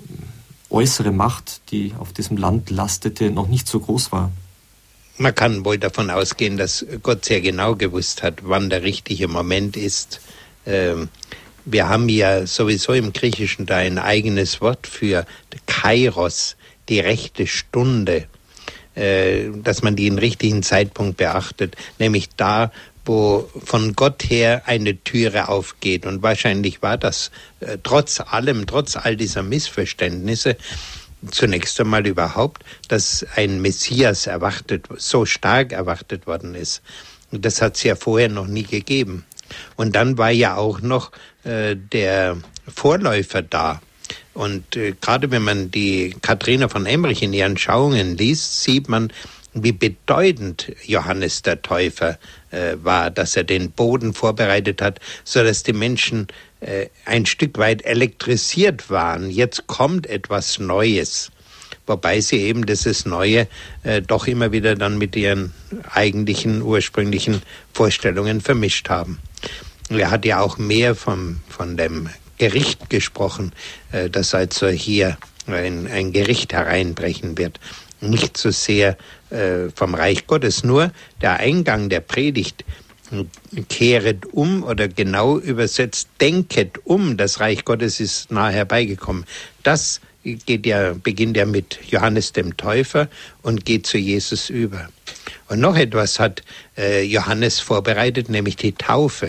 [SPEAKER 1] äußere Macht, die auf diesem Land lastete, noch nicht so groß war.
[SPEAKER 2] Man kann wohl davon ausgehen, dass Gott sehr genau gewusst hat, wann der richtige Moment ist. Ähm, wir haben ja sowieso im Griechischen da ein eigenes Wort für Kairos, die rechte Stunde, äh, dass man den richtigen Zeitpunkt beachtet, nämlich da, wo von Gott her eine Türe aufgeht. Und wahrscheinlich war das äh, trotz allem, trotz all dieser Missverständnisse, zunächst einmal überhaupt, dass ein Messias erwartet, so stark erwartet worden ist. Und das hat es ja vorher noch nie gegeben. Und dann war ja auch noch äh, der Vorläufer da. Und äh, gerade wenn man die Katharina von Emmerich in ihren Schauungen liest, sieht man, wie bedeutend Johannes der Täufer äh, war, dass er den Boden vorbereitet hat, so dass die Menschen äh, ein Stück weit elektrisiert waren. Jetzt kommt etwas Neues, wobei sie eben dieses Neue äh, doch immer wieder dann mit ihren eigentlichen, ursprünglichen Vorstellungen vermischt haben. Er hat ja auch mehr vom, von dem Gericht gesprochen, äh, dass also hier ein, ein Gericht hereinbrechen wird. Nicht so sehr äh, vom Reich Gottes, nur der Eingang der Predigt, kehret um oder genau übersetzt, denket um, das Reich Gottes ist nahe herbeigekommen. Das geht ja, beginnt ja mit Johannes dem Täufer und geht zu Jesus über. Und noch etwas hat äh, Johannes vorbereitet, nämlich die Taufe.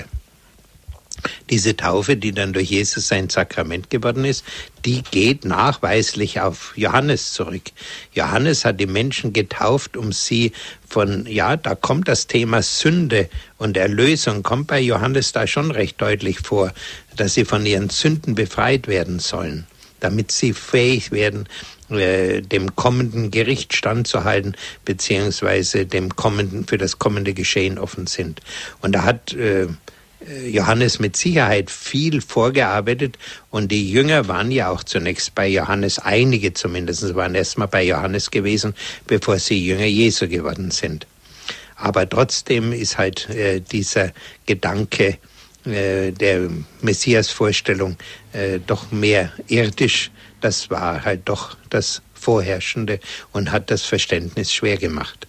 [SPEAKER 2] Diese Taufe, die dann durch Jesus sein Sakrament geworden ist, die geht nachweislich auf Johannes zurück. Johannes hat die Menschen getauft, um sie von, ja, da kommt das Thema Sünde und Erlösung, kommt bei Johannes da schon recht deutlich vor, dass sie von ihren Sünden befreit werden sollen, damit sie fähig werden, äh, dem kommenden Gericht standzuhalten, beziehungsweise dem kommenden, für das kommende Geschehen offen sind. Und da hat äh, Johannes mit Sicherheit viel vorgearbeitet und die Jünger waren ja auch zunächst bei Johannes, einige zumindest waren erstmal bei Johannes gewesen, bevor sie Jünger Jesu geworden sind. Aber trotzdem ist halt äh, dieser Gedanke äh, der Messias-Vorstellung äh, doch mehr irdisch. Das war halt doch das Vorherrschende und hat das Verständnis schwer gemacht.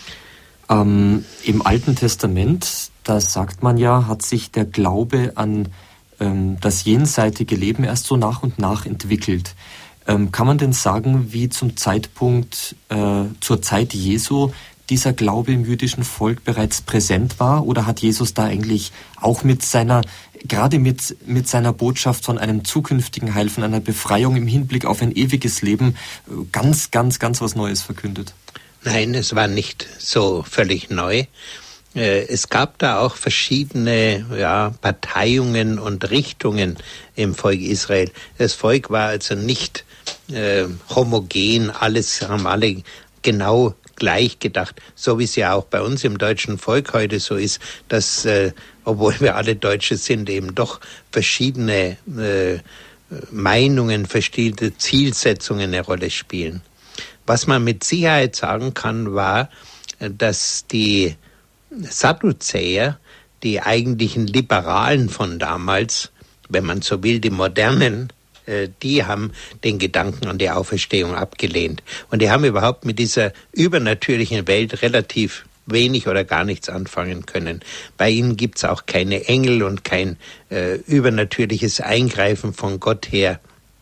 [SPEAKER 1] Ähm, Im Alten Testament, da sagt man ja, hat sich der Glaube an ähm, das jenseitige Leben erst so nach und nach entwickelt. Ähm, kann man denn sagen, wie zum Zeitpunkt, äh, zur Zeit Jesu, dieser Glaube im jüdischen Volk bereits präsent war? Oder hat Jesus da eigentlich auch mit seiner, gerade mit, mit seiner Botschaft von einem zukünftigen Heil, von einer Befreiung im Hinblick auf ein ewiges Leben ganz, ganz, ganz was Neues verkündet?
[SPEAKER 2] Nein, es war nicht so völlig neu. Es gab da auch verschiedene ja, Parteiungen und Richtungen im Volk Israel. Das Volk war also nicht äh, homogen, alles haben alle genau gleich gedacht, so wie es ja auch bei uns im deutschen Volk heute so ist, dass, äh, obwohl wir alle Deutsche sind, eben doch verschiedene äh, Meinungen, verschiedene Zielsetzungen eine Rolle spielen. Was man mit Sicherheit sagen kann, war, dass die Sadduzäer, die eigentlichen Liberalen von damals, wenn man so will, die Modernen, die haben den Gedanken an die Auferstehung abgelehnt. Und die haben überhaupt mit dieser übernatürlichen Welt relativ wenig oder gar nichts anfangen können. Bei ihnen gibt es auch keine Engel und kein äh, übernatürliches Eingreifen von Gott her.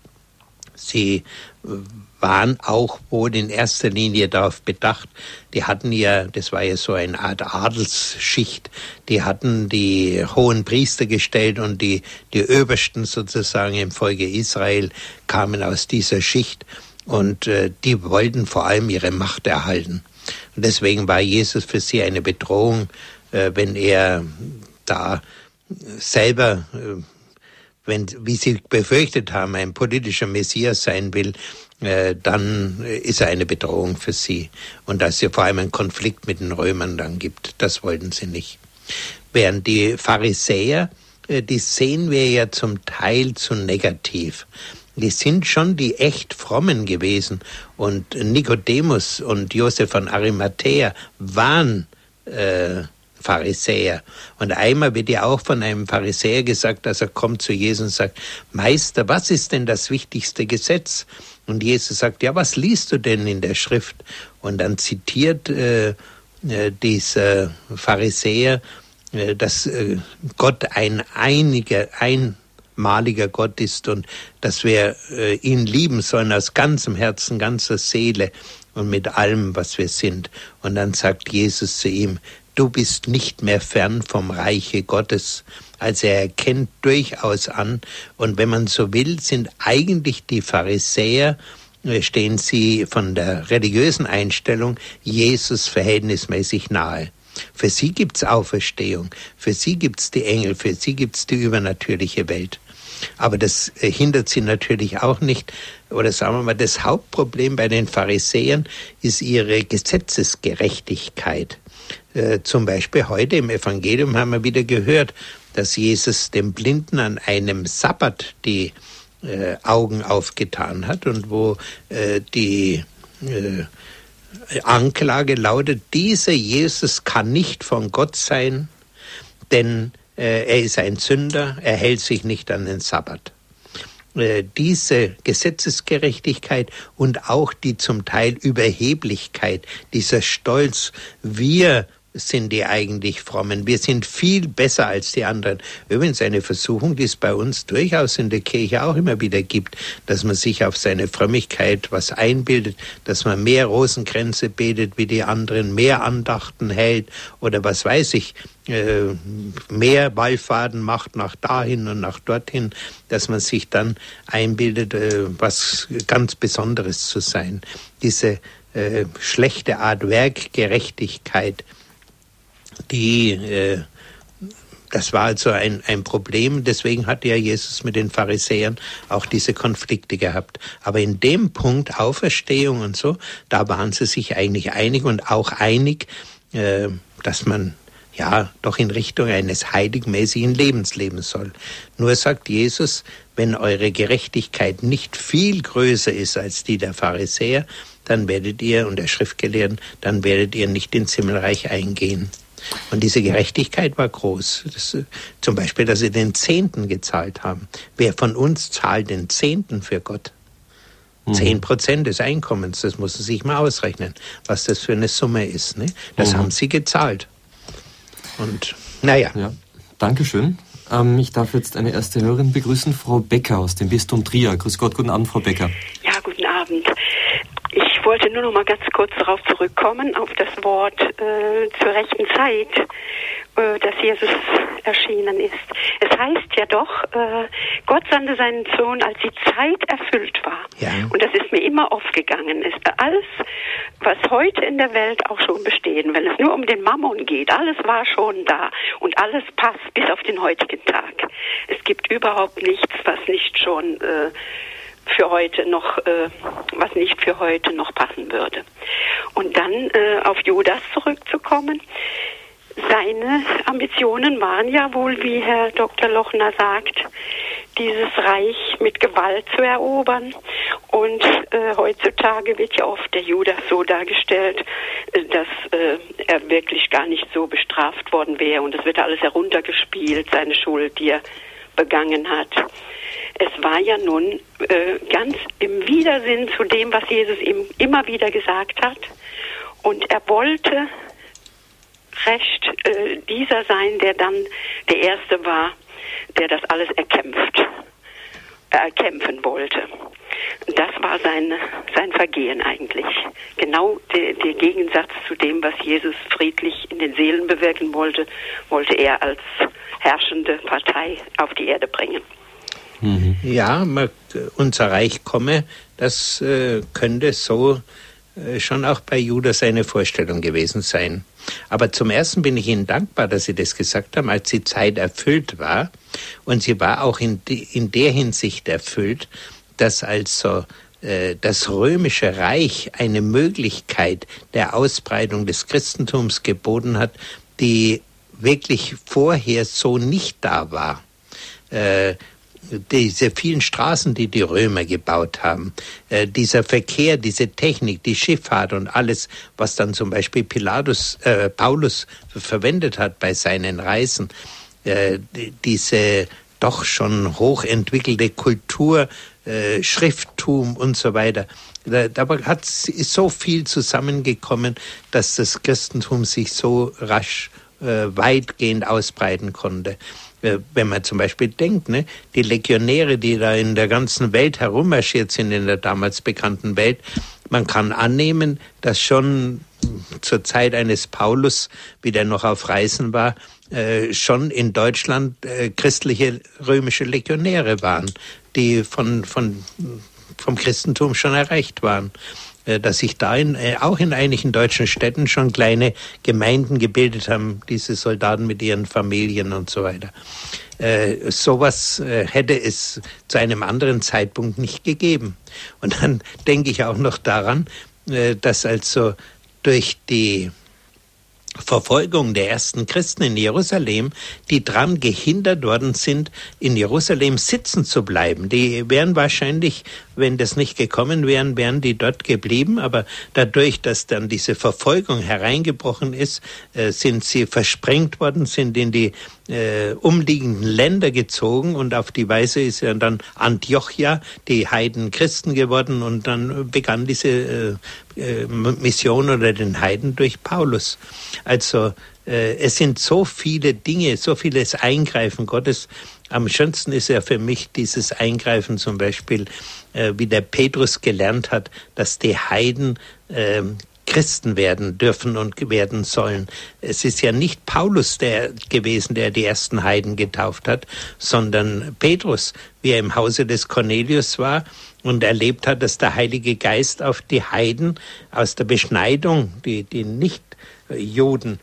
[SPEAKER 2] Sie äh, waren auch wohl in erster Linie darauf bedacht, die hatten ja, das war ja so eine Art Adelsschicht, die hatten die hohen Priester gestellt und die, die Obersten sozusagen im Volke Israel kamen aus dieser Schicht und äh, die wollten vor allem ihre Macht erhalten. Und deswegen war Jesus für sie eine Bedrohung, äh, wenn er da selber, äh, wenn, wie sie befürchtet haben, ein politischer Messias sein will, äh, dann ist er eine Bedrohung für sie. Und dass es vor allem einen Konflikt mit den Römern dann gibt, das wollten sie nicht. Während die Pharisäer, äh, die sehen wir ja zum Teil zu negativ. Die sind schon die echt Frommen gewesen. Und Nikodemus und Josef von Arimathäa waren äh, Pharisäer. Und einmal wird ja auch von einem Pharisäer gesagt, dass er kommt zu Jesus und sagt, Meister, was ist denn das wichtigste Gesetz? Und Jesus sagt, ja, was liest du denn in der Schrift? Und dann zitiert äh, äh, dieser Pharisäer, äh, dass äh, Gott ein einiger, ein maliger Gott ist und dass wir äh, ihn lieben sollen aus ganzem Herzen, ganzer Seele und mit allem, was wir sind. Und dann sagt Jesus zu ihm, du bist nicht mehr fern vom Reiche Gottes. Also er erkennt durchaus an. Und wenn man so will, sind eigentlich die Pharisäer, stehen sie von der religiösen Einstellung Jesus verhältnismäßig nahe. Für sie gibt's Auferstehung, für sie gibt's die Engel, für sie gibt's die übernatürliche Welt. Aber das hindert sie natürlich auch nicht, oder sagen wir mal, das Hauptproblem bei den Pharisäern ist ihre Gesetzesgerechtigkeit. Äh, zum Beispiel heute im Evangelium haben wir wieder gehört, dass Jesus dem Blinden an einem Sabbat die äh, Augen aufgetan hat und wo äh, die äh, Anklage lautet, dieser Jesus kann nicht von Gott sein, denn er ist ein Sünder, er hält sich nicht an den Sabbat. Diese Gesetzesgerechtigkeit und auch die zum Teil Überheblichkeit, dieser Stolz, wir sind die eigentlich Frommen, wir sind viel besser als die anderen. Übrigens eine Versuchung, die es bei uns durchaus in der Kirche auch immer wieder gibt, dass man sich auf seine Frömmigkeit was einbildet, dass man mehr Rosenkränze betet wie die anderen, mehr Andachten hält oder was weiß ich, äh, mehr Wallfahrten macht nach dahin und nach dorthin, dass man sich dann einbildet, äh, was ganz Besonderes zu sein. Diese äh, schlechte Art Werkgerechtigkeit, die, äh, das war also ein, ein Problem, deswegen hatte ja Jesus mit den Pharisäern auch diese Konflikte gehabt. Aber in dem Punkt Auferstehung und so, da waren sie sich eigentlich einig und auch einig, äh, dass man ja doch in Richtung eines heiligmäßigen Lebens leben soll. Nur sagt Jesus, wenn eure Gerechtigkeit nicht viel größer ist als die der Pharisäer, dann werdet ihr, und der Schriftgelehrten, dann werdet ihr nicht ins Himmelreich eingehen. Und diese Gerechtigkeit war groß. Das, zum Beispiel, dass sie den Zehnten gezahlt haben. Wer von uns zahlt den Zehnten für Gott? Zehn Prozent des Einkommens, das muss man sich mal ausrechnen, was das für eine Summe ist. Ne? Das mhm. haben sie gezahlt. Und naja.
[SPEAKER 1] Ja, Dankeschön. Ähm, ich darf jetzt eine erste Hörerin begrüßen, Frau Becker aus dem Bistum Trier. Grüß Gott, guten Abend, Frau Becker.
[SPEAKER 3] Ja, guten Abend. Ich wollte nur noch mal ganz kurz darauf zurückkommen, auf das Wort äh, zur rechten Zeit, äh, dass Jesus erschienen ist. Es heißt ja doch, äh, Gott sandte seinen Sohn, als die Zeit erfüllt war.
[SPEAKER 2] Ja.
[SPEAKER 3] Und das ist mir immer aufgegangen. Ist alles, was heute in der Welt auch schon besteht, wenn es nur um den Mammon geht, alles war schon da und alles passt bis auf den heutigen Tag. Es gibt überhaupt nichts, was nicht schon äh, für heute noch, äh, was nicht für heute noch passen würde. Und dann äh, auf Judas zurückzukommen. Seine Ambitionen waren ja wohl, wie Herr Doktor Lochner sagt, dieses Reich mit Gewalt zu erobern. Und äh, heutzutage wird ja oft der Judas so dargestellt, äh, dass äh, er wirklich gar nicht so bestraft worden wäre. Und es wird alles heruntergespielt, seine Schuld, die er begangen hat. Es war ja nun äh, ganz im Widersinn zu dem, was Jesus ihm immer wieder gesagt hat. Und er wollte recht äh, dieser sein, der dann der Erste war, der das alles erkämpft, äh, erkämpfen wollte. Das war sein, sein Vergehen eigentlich. Genau der, der Gegensatz zu dem, was Jesus friedlich in den Seelen bewirken wollte, wollte er als herrschende Partei auf die Erde bringen.
[SPEAKER 2] Mhm. Ja, man, unser Reich komme, das äh, könnte so äh, schon auch bei Judas eine Vorstellung gewesen sein. Aber zum Ersten bin ich Ihnen dankbar, dass Sie das gesagt haben, als die Zeit erfüllt war. Und sie war auch in, de, in der Hinsicht erfüllt, dass also äh, das römische Reich eine Möglichkeit der Ausbreitung des Christentums geboten hat, die wirklich vorher so nicht da war. Äh, diese vielen Straßen, die die Römer gebaut haben, äh, dieser Verkehr, diese Technik, die Schifffahrt und alles, was dann zum Beispiel Pilatus, äh, Paulus verwendet hat bei seinen Reisen, äh, diese doch schon hochentwickelte Kultur, äh, Schrifttum und so weiter. Da, da hat, ist so viel zusammengekommen, dass das Christentum sich so rasch äh, weitgehend ausbreiten konnte. Wenn man zum Beispiel denkt, ne, die Legionäre, die da in der ganzen Welt herummarschiert sind, in der damals bekannten Welt, man kann annehmen, dass schon zur Zeit eines Paulus, wie der noch auf Reisen war, äh, schon in Deutschland äh, christliche römische Legionäre waren, die von, von, vom Christentum schon erreicht waren. Dass sich da in, äh, auch in einigen deutschen Städten schon kleine Gemeinden gebildet haben, diese Soldaten mit ihren Familien und so weiter. Äh, sowas äh, hätte es zu einem anderen Zeitpunkt nicht gegeben. Und dann denke ich auch noch daran, äh, dass also durch die Verfolgung der ersten Christen in Jerusalem, die daran gehindert worden sind, in Jerusalem sitzen zu bleiben. Die wären wahrscheinlich, wenn das nicht gekommen wären, wären die dort geblieben. Aber dadurch, dass dann diese Verfolgung hereingebrochen ist, äh, sind sie versprengt worden, sind in die äh, umliegenden Länder gezogen. Und auf die Weise ist ja dann Antiochia, die Heiden Christen geworden. Und dann begann diese äh, äh, Mission oder den Heiden durch Paulus. Also äh, es sind so viele Dinge, so vieles Eingreifen Gottes. Am schönsten ist ja für mich dieses Eingreifen zum Beispiel, äh, wie der Petrus gelernt hat, dass die Heiden äh, Christen werden dürfen und werden sollen. Es ist ja nicht Paulus der gewesen, der die ersten Heiden getauft hat, sondern Petrus, wie er im Hause des Cornelius war und erlebt hat, dass der Heilige Geist auf die Heiden aus der Beschneidung, die, die Nicht-Juden,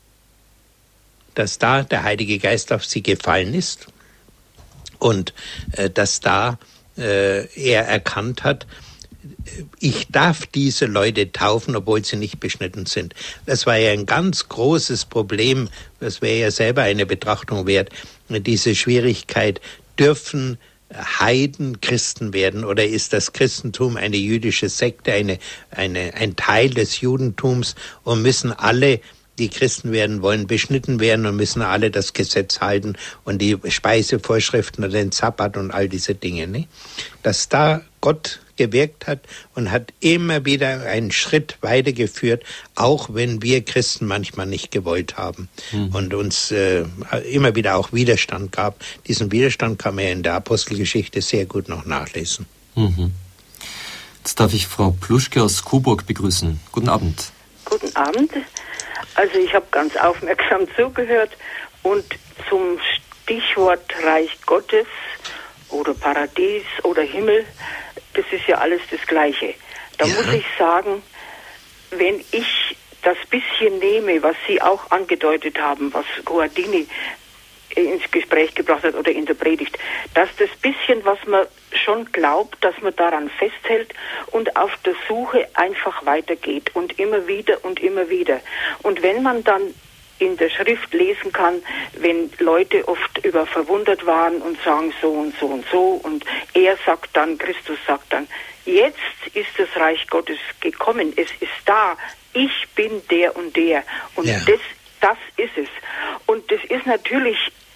[SPEAKER 2] dass da der Heilige Geist auf sie gefallen ist und äh, dass da äh, er erkannt hat, ich darf diese Leute taufen, obwohl sie nicht beschnitten sind. Das war ja ein ganz großes Problem, das wäre ja selber eine Betrachtung wert, diese Schwierigkeit, dürfen Heiden Christen werden oder ist das Christentum eine jüdische Sekte, eine, eine, ein Teil des Judentums und müssen alle, die Christen werden wollen, beschnitten werden und müssen alle das Gesetz halten und die Speisevorschriften und den Sabbat und all diese Dinge. Ne? Dass da Gott gewirkt hat und hat immer wieder einen Schritt weitergeführt, auch wenn wir Christen manchmal nicht gewollt haben mhm. und uns äh, immer wieder auch Widerstand gab. Diesen Widerstand kann man ja in der Apostelgeschichte sehr gut noch nachlesen.
[SPEAKER 1] Mhm. Jetzt darf ich Frau Pluschke aus Coburg begrüßen. Guten Abend.
[SPEAKER 4] Guten Abend. Also ich habe ganz aufmerksam zugehört und zum Stichwort Reich Gottes oder Paradies oder Himmel, das ist ja alles das Gleiche. Da ja. muss ich sagen, wenn ich das bisschen nehme, was Sie auch angedeutet haben, was Guardini ins Gespräch gebracht hat oder in der Predigt, dass das bisschen, was man schon glaubt, dass man daran festhält und auf der Suche einfach weitergeht und immer wieder und immer wieder. Und wenn man dann in der Schrift lesen kann, wenn Leute oft über verwundert waren und sagen so und so und so und er sagt dann, Christus sagt dann, jetzt ist das Reich Gottes gekommen, es ist da, ich bin der und der und ja. das, das ist es. Und das ist natürlich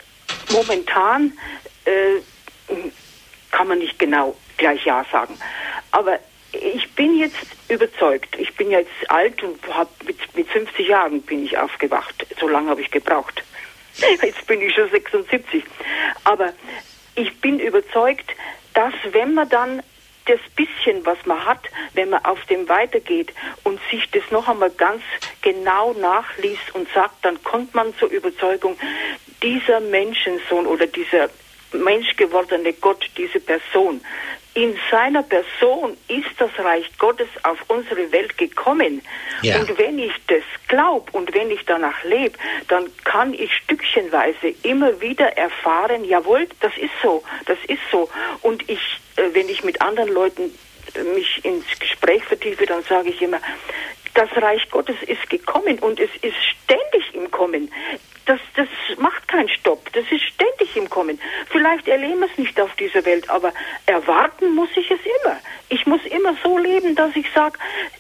[SPEAKER 4] momentan, äh, kann man nicht genau gleich Ja sagen, aber ich bin jetzt überzeugt. Ich bin jetzt alt und hab mit, mit fünfzig Jahren bin ich aufgewacht. So lange habe ich gebraucht. Jetzt bin ich schon sechsundsiebzig. Aber ich bin überzeugt, dass wenn man dann das bisschen, was man hat, wenn man auf dem weitergeht und sich das noch einmal ganz genau nachliest und sagt, dann kommt man zur Überzeugung, dieser Menschensohn oder dieser menschgewordene Gott, diese Person, in seiner Person ist das Reich Gottes auf unsere Welt gekommen. Ja. Und wenn ich das glaube und wenn ich danach lebe, dann kann ich stückchenweise immer wieder erfahren, jawohl, das ist so, das ist so. Und ich, wenn ich mit anderen Leuten mich ins Gespräch vertiefe, dann sage ich immer, das Reich Gottes ist gekommen und es ist ständig im Kommen. Das, das macht keinen Stopp. Das ist ständig im Kommen. Vielleicht erleben wir es nicht auf dieser Welt, aber erwarten muss ich es immer. Ich muss immer so leben, dass ich sage,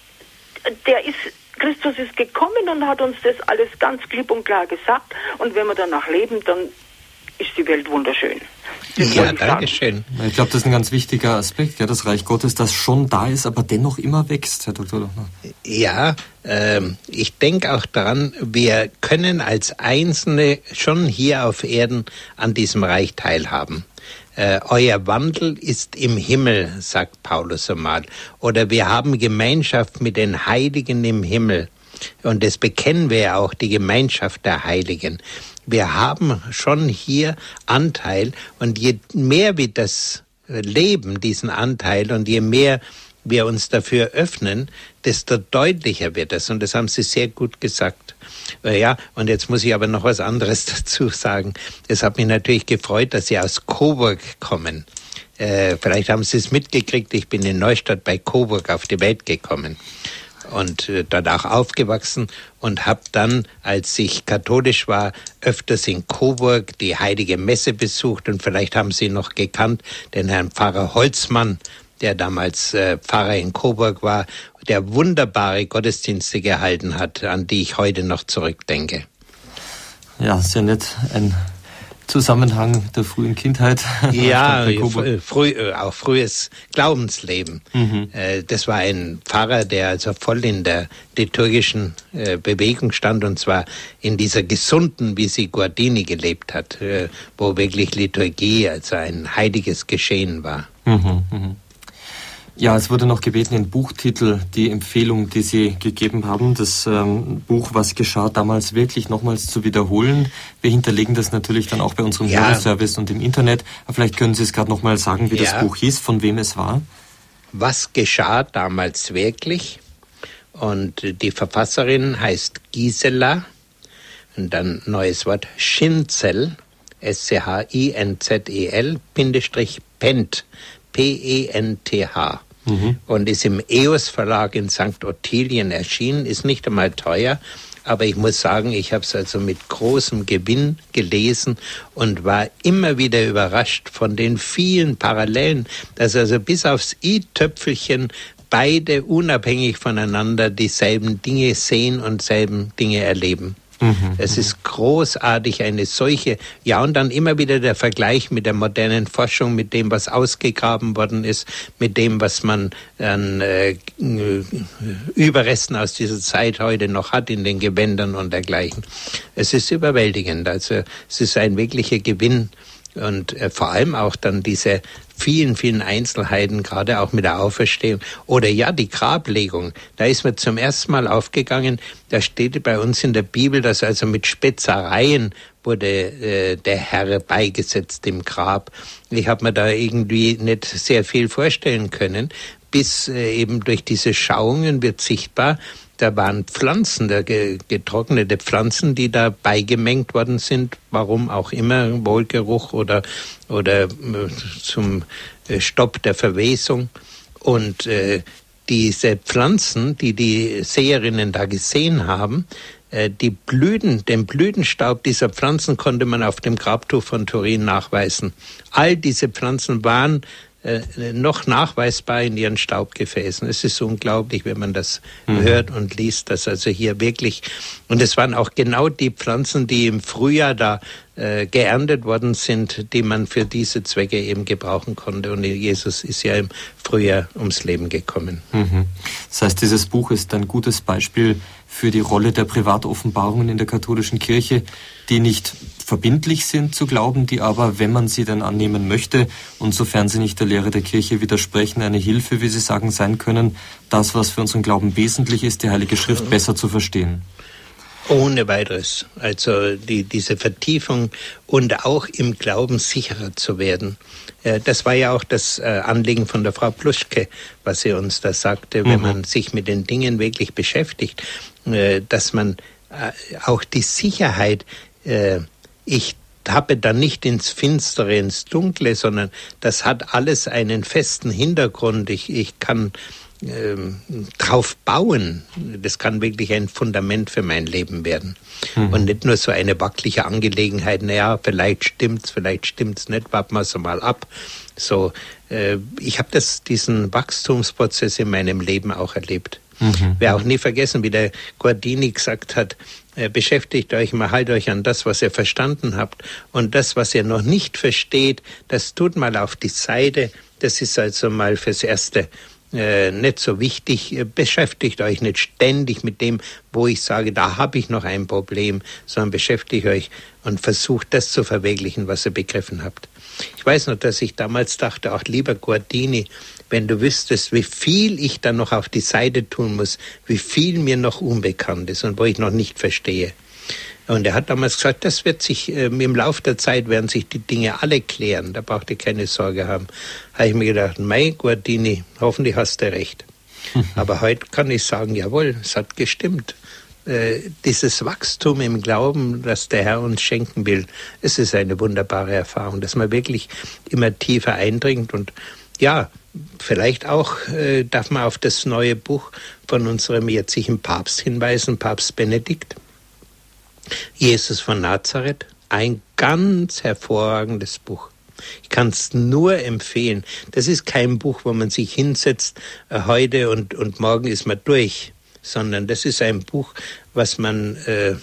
[SPEAKER 4] der ist, Christus ist gekommen und hat uns das alles ganz klipp und klar gesagt. Und wenn wir danach leben, dann ist die Welt wunderschön. Das
[SPEAKER 2] ja, danke schön.
[SPEAKER 1] Ich glaube, das ist ein ganz wichtiger Aspekt, ja, das Reich Gottes, das schon da ist, aber dennoch immer wächst, Herr Doktor Lochner.
[SPEAKER 2] Ja, ähm, ich denke auch daran, wir können als Einzelne schon hier auf Erden an diesem Reich teilhaben. Äh, euer Wandel ist im Himmel, sagt Paulus einmal. Oder wir haben Gemeinschaft mit den Heiligen im Himmel. Und das bekennen wir ja auch, die Gemeinschaft der Heiligen. Wir haben schon hier Anteil und je mehr wir das leben, diesen Anteil, und je mehr wir uns dafür öffnen, desto deutlicher wird es. Und das haben Sie sehr gut gesagt. Ja, und jetzt muss ich aber noch was anderes dazu sagen. Es hat mich natürlich gefreut, dass Sie aus Coburg kommen. Äh, vielleicht haben Sie es mitgekriegt, ich bin in Neustadt bei Coburg auf die Welt gekommen. Und äh, dort auch aufgewachsen und habe dann, als ich katholisch war, öfters in Coburg die Heilige Messe besucht. Und vielleicht haben Sie noch gekannt, den Herrn Pfarrer Holzmann, der damals äh, Pfarrer in Coburg war, der wunderbare Gottesdienste gehalten hat, an die ich heute noch zurückdenke.
[SPEAKER 1] Ja, sehr nett. Ein Zusammenhang der frühen Kindheit.
[SPEAKER 2] Ja, früh, auch frühes Glaubensleben. Mhm. Das war ein Pfarrer, der also voll in der liturgischen Bewegung stand, und zwar in dieser gesunden, wie sie Guardini gelebt hat, wo wirklich Liturgie, also ein heiliges Geschehen war.
[SPEAKER 1] Mhm, mh. Ja, es wurde noch gebeten, den Buchtitel, die Empfehlung, die Sie gegeben haben, das ähm, Buch Was geschah damals, wirklich nochmals zu wiederholen. Wir hinterlegen das natürlich dann auch bei unserem ja. Hörerservice und im Internet. Aber vielleicht können Sie es gerade nochmal sagen, wie ja. das Buch hieß, von wem es war.
[SPEAKER 2] Was geschah damals wirklich? Und die Verfasserin heißt Gisela, und dann neues Wort, Schinzel, S C H I N Z E L, Bindestrich Pent, P E N T H. Mhm. Und ist im E O S Verlag in Sankt Ottilien erschienen, ist nicht einmal teuer, aber ich muss sagen, ich habe es also mit großem Gewinn gelesen und war immer wieder überrascht von den vielen Parallelen, dass also bis aufs i-Töpfelchen beide unabhängig voneinander dieselben Dinge sehen und selben Dinge erleben. Mhm, es ist großartig, eine solche, ja, und dann immer wieder der Vergleich mit der modernen Forschung, mit dem, was ausgegraben worden ist, mit dem, was man an äh, Überresten aus dieser Zeit heute noch hat in den Gewändern und dergleichen. Es ist überwältigend, also es ist ein wirklicher Gewinn. Und äh, vor allem auch dann diese vielen, vielen Einzelheiten, gerade auch mit der Auferstehung. Oder ja, die Grablegung. Da ist mir zum ersten Mal aufgegangen, da steht bei uns in der Bibel, dass also mit Spezereien wurde äh, der Herr beigesetzt im Grab. Ich habe mir da irgendwie nicht sehr viel vorstellen können, bis äh, eben durch diese Schauungen wird sichtbar, da waren Pflanzen, da getrocknete Pflanzen, die da beigemengt worden sind, warum auch immer, Wohlgeruch oder, oder zum Stopp der Verwesung. Und äh, diese Pflanzen, die die Seherinnen da gesehen haben, äh, die Blüten, den Blütenstaub dieser Pflanzen konnte man auf dem Grabtuch von Turin nachweisen. All diese Pflanzen waren äh, noch nachweisbar in ihren Staubgefäßen. Es ist unglaublich, wenn man das mhm. hört und liest, dass also hier wirklich, und es waren auch genau die Pflanzen, die im Frühjahr da äh, geerntet worden sind, die man für diese Zwecke eben gebrauchen konnte. Und Jesus ist ja im Frühjahr ums Leben gekommen.
[SPEAKER 1] Mhm. Das heißt, dieses Buch ist ein gutes Beispiel für die Rolle der Privatoffenbarungen in der katholischen Kirche, die nicht verbindlich sind zu glauben, die aber, wenn man sie denn annehmen möchte und sofern sie nicht der Lehre der Kirche widersprechen, eine Hilfe, wie Sie sagen, sein können, das, was für unseren Glauben wesentlich ist, die Heilige Schrift besser zu verstehen.
[SPEAKER 2] Ohne weiteres. Also die, diese Vertiefung und auch im Glauben sicherer zu werden. Äh, das war ja auch das äh, Anliegen von der Frau Pluschke, was sie uns da sagte, mhm. wenn man sich mit den Dingen wirklich beschäftigt, äh, dass man äh, auch die Sicherheit, äh, ich tappe dann nicht ins Finstere, ins Dunkle, sondern das hat alles einen festen Hintergrund. Ich, ich kann ähm, drauf bauen. Das kann wirklich ein Fundament für mein Leben werden. Mhm. Und nicht nur so eine wackelige Angelegenheit, naja, vielleicht stimmt's, vielleicht stimmt's nicht, warten wir es mal ab. So, äh, ich habe das, diesen Wachstumsprozess in meinem Leben auch erlebt. Mhm. Wer auch nie vergessen, wie der Guardini gesagt hat, äh, beschäftigt euch mal, halt euch an das, was ihr verstanden habt. Und das, was ihr noch nicht versteht, das tut mal auf die Seite. Das ist also mal fürs Erste äh, nicht so wichtig. Beschäftigt euch nicht ständig mit dem, wo ich sage, da habe ich noch ein Problem, sondern beschäftigt euch und versucht, das zu verwirklichen, was ihr begriffen habt. Ich weiß noch, dass ich damals dachte, auch lieber Guardini, wenn du wüsstest, wie viel ich dann noch auf die Seite tun muss, wie viel mir noch unbekannt ist und wo ich noch nicht verstehe. Und er hat damals gesagt, das wird sich, äh, im Laufe der Zeit werden sich die Dinge alle klären, da braucht ihr keine Sorge haben. Habe ich mir gedacht, mei Guardini, hoffentlich hast du recht. Mhm. Aber heute kann ich sagen, jawohl, es hat gestimmt. Äh, dieses Wachstum im Glauben, das der Herr uns schenken will, es ist eine wunderbare Erfahrung, dass man wirklich immer tiefer eindringt. Und ja, vielleicht auch äh, darf man auf das neue Buch von unserem jetzigen Papst hinweisen, Papst Benedikt. Jesus von Nazareth, ein ganz hervorragendes Buch. Ich kann es nur empfehlen. Das ist kein Buch, wo man sich hinsetzt äh, heute und, und morgen ist man durch, sondern das ist ein Buch, was man äh,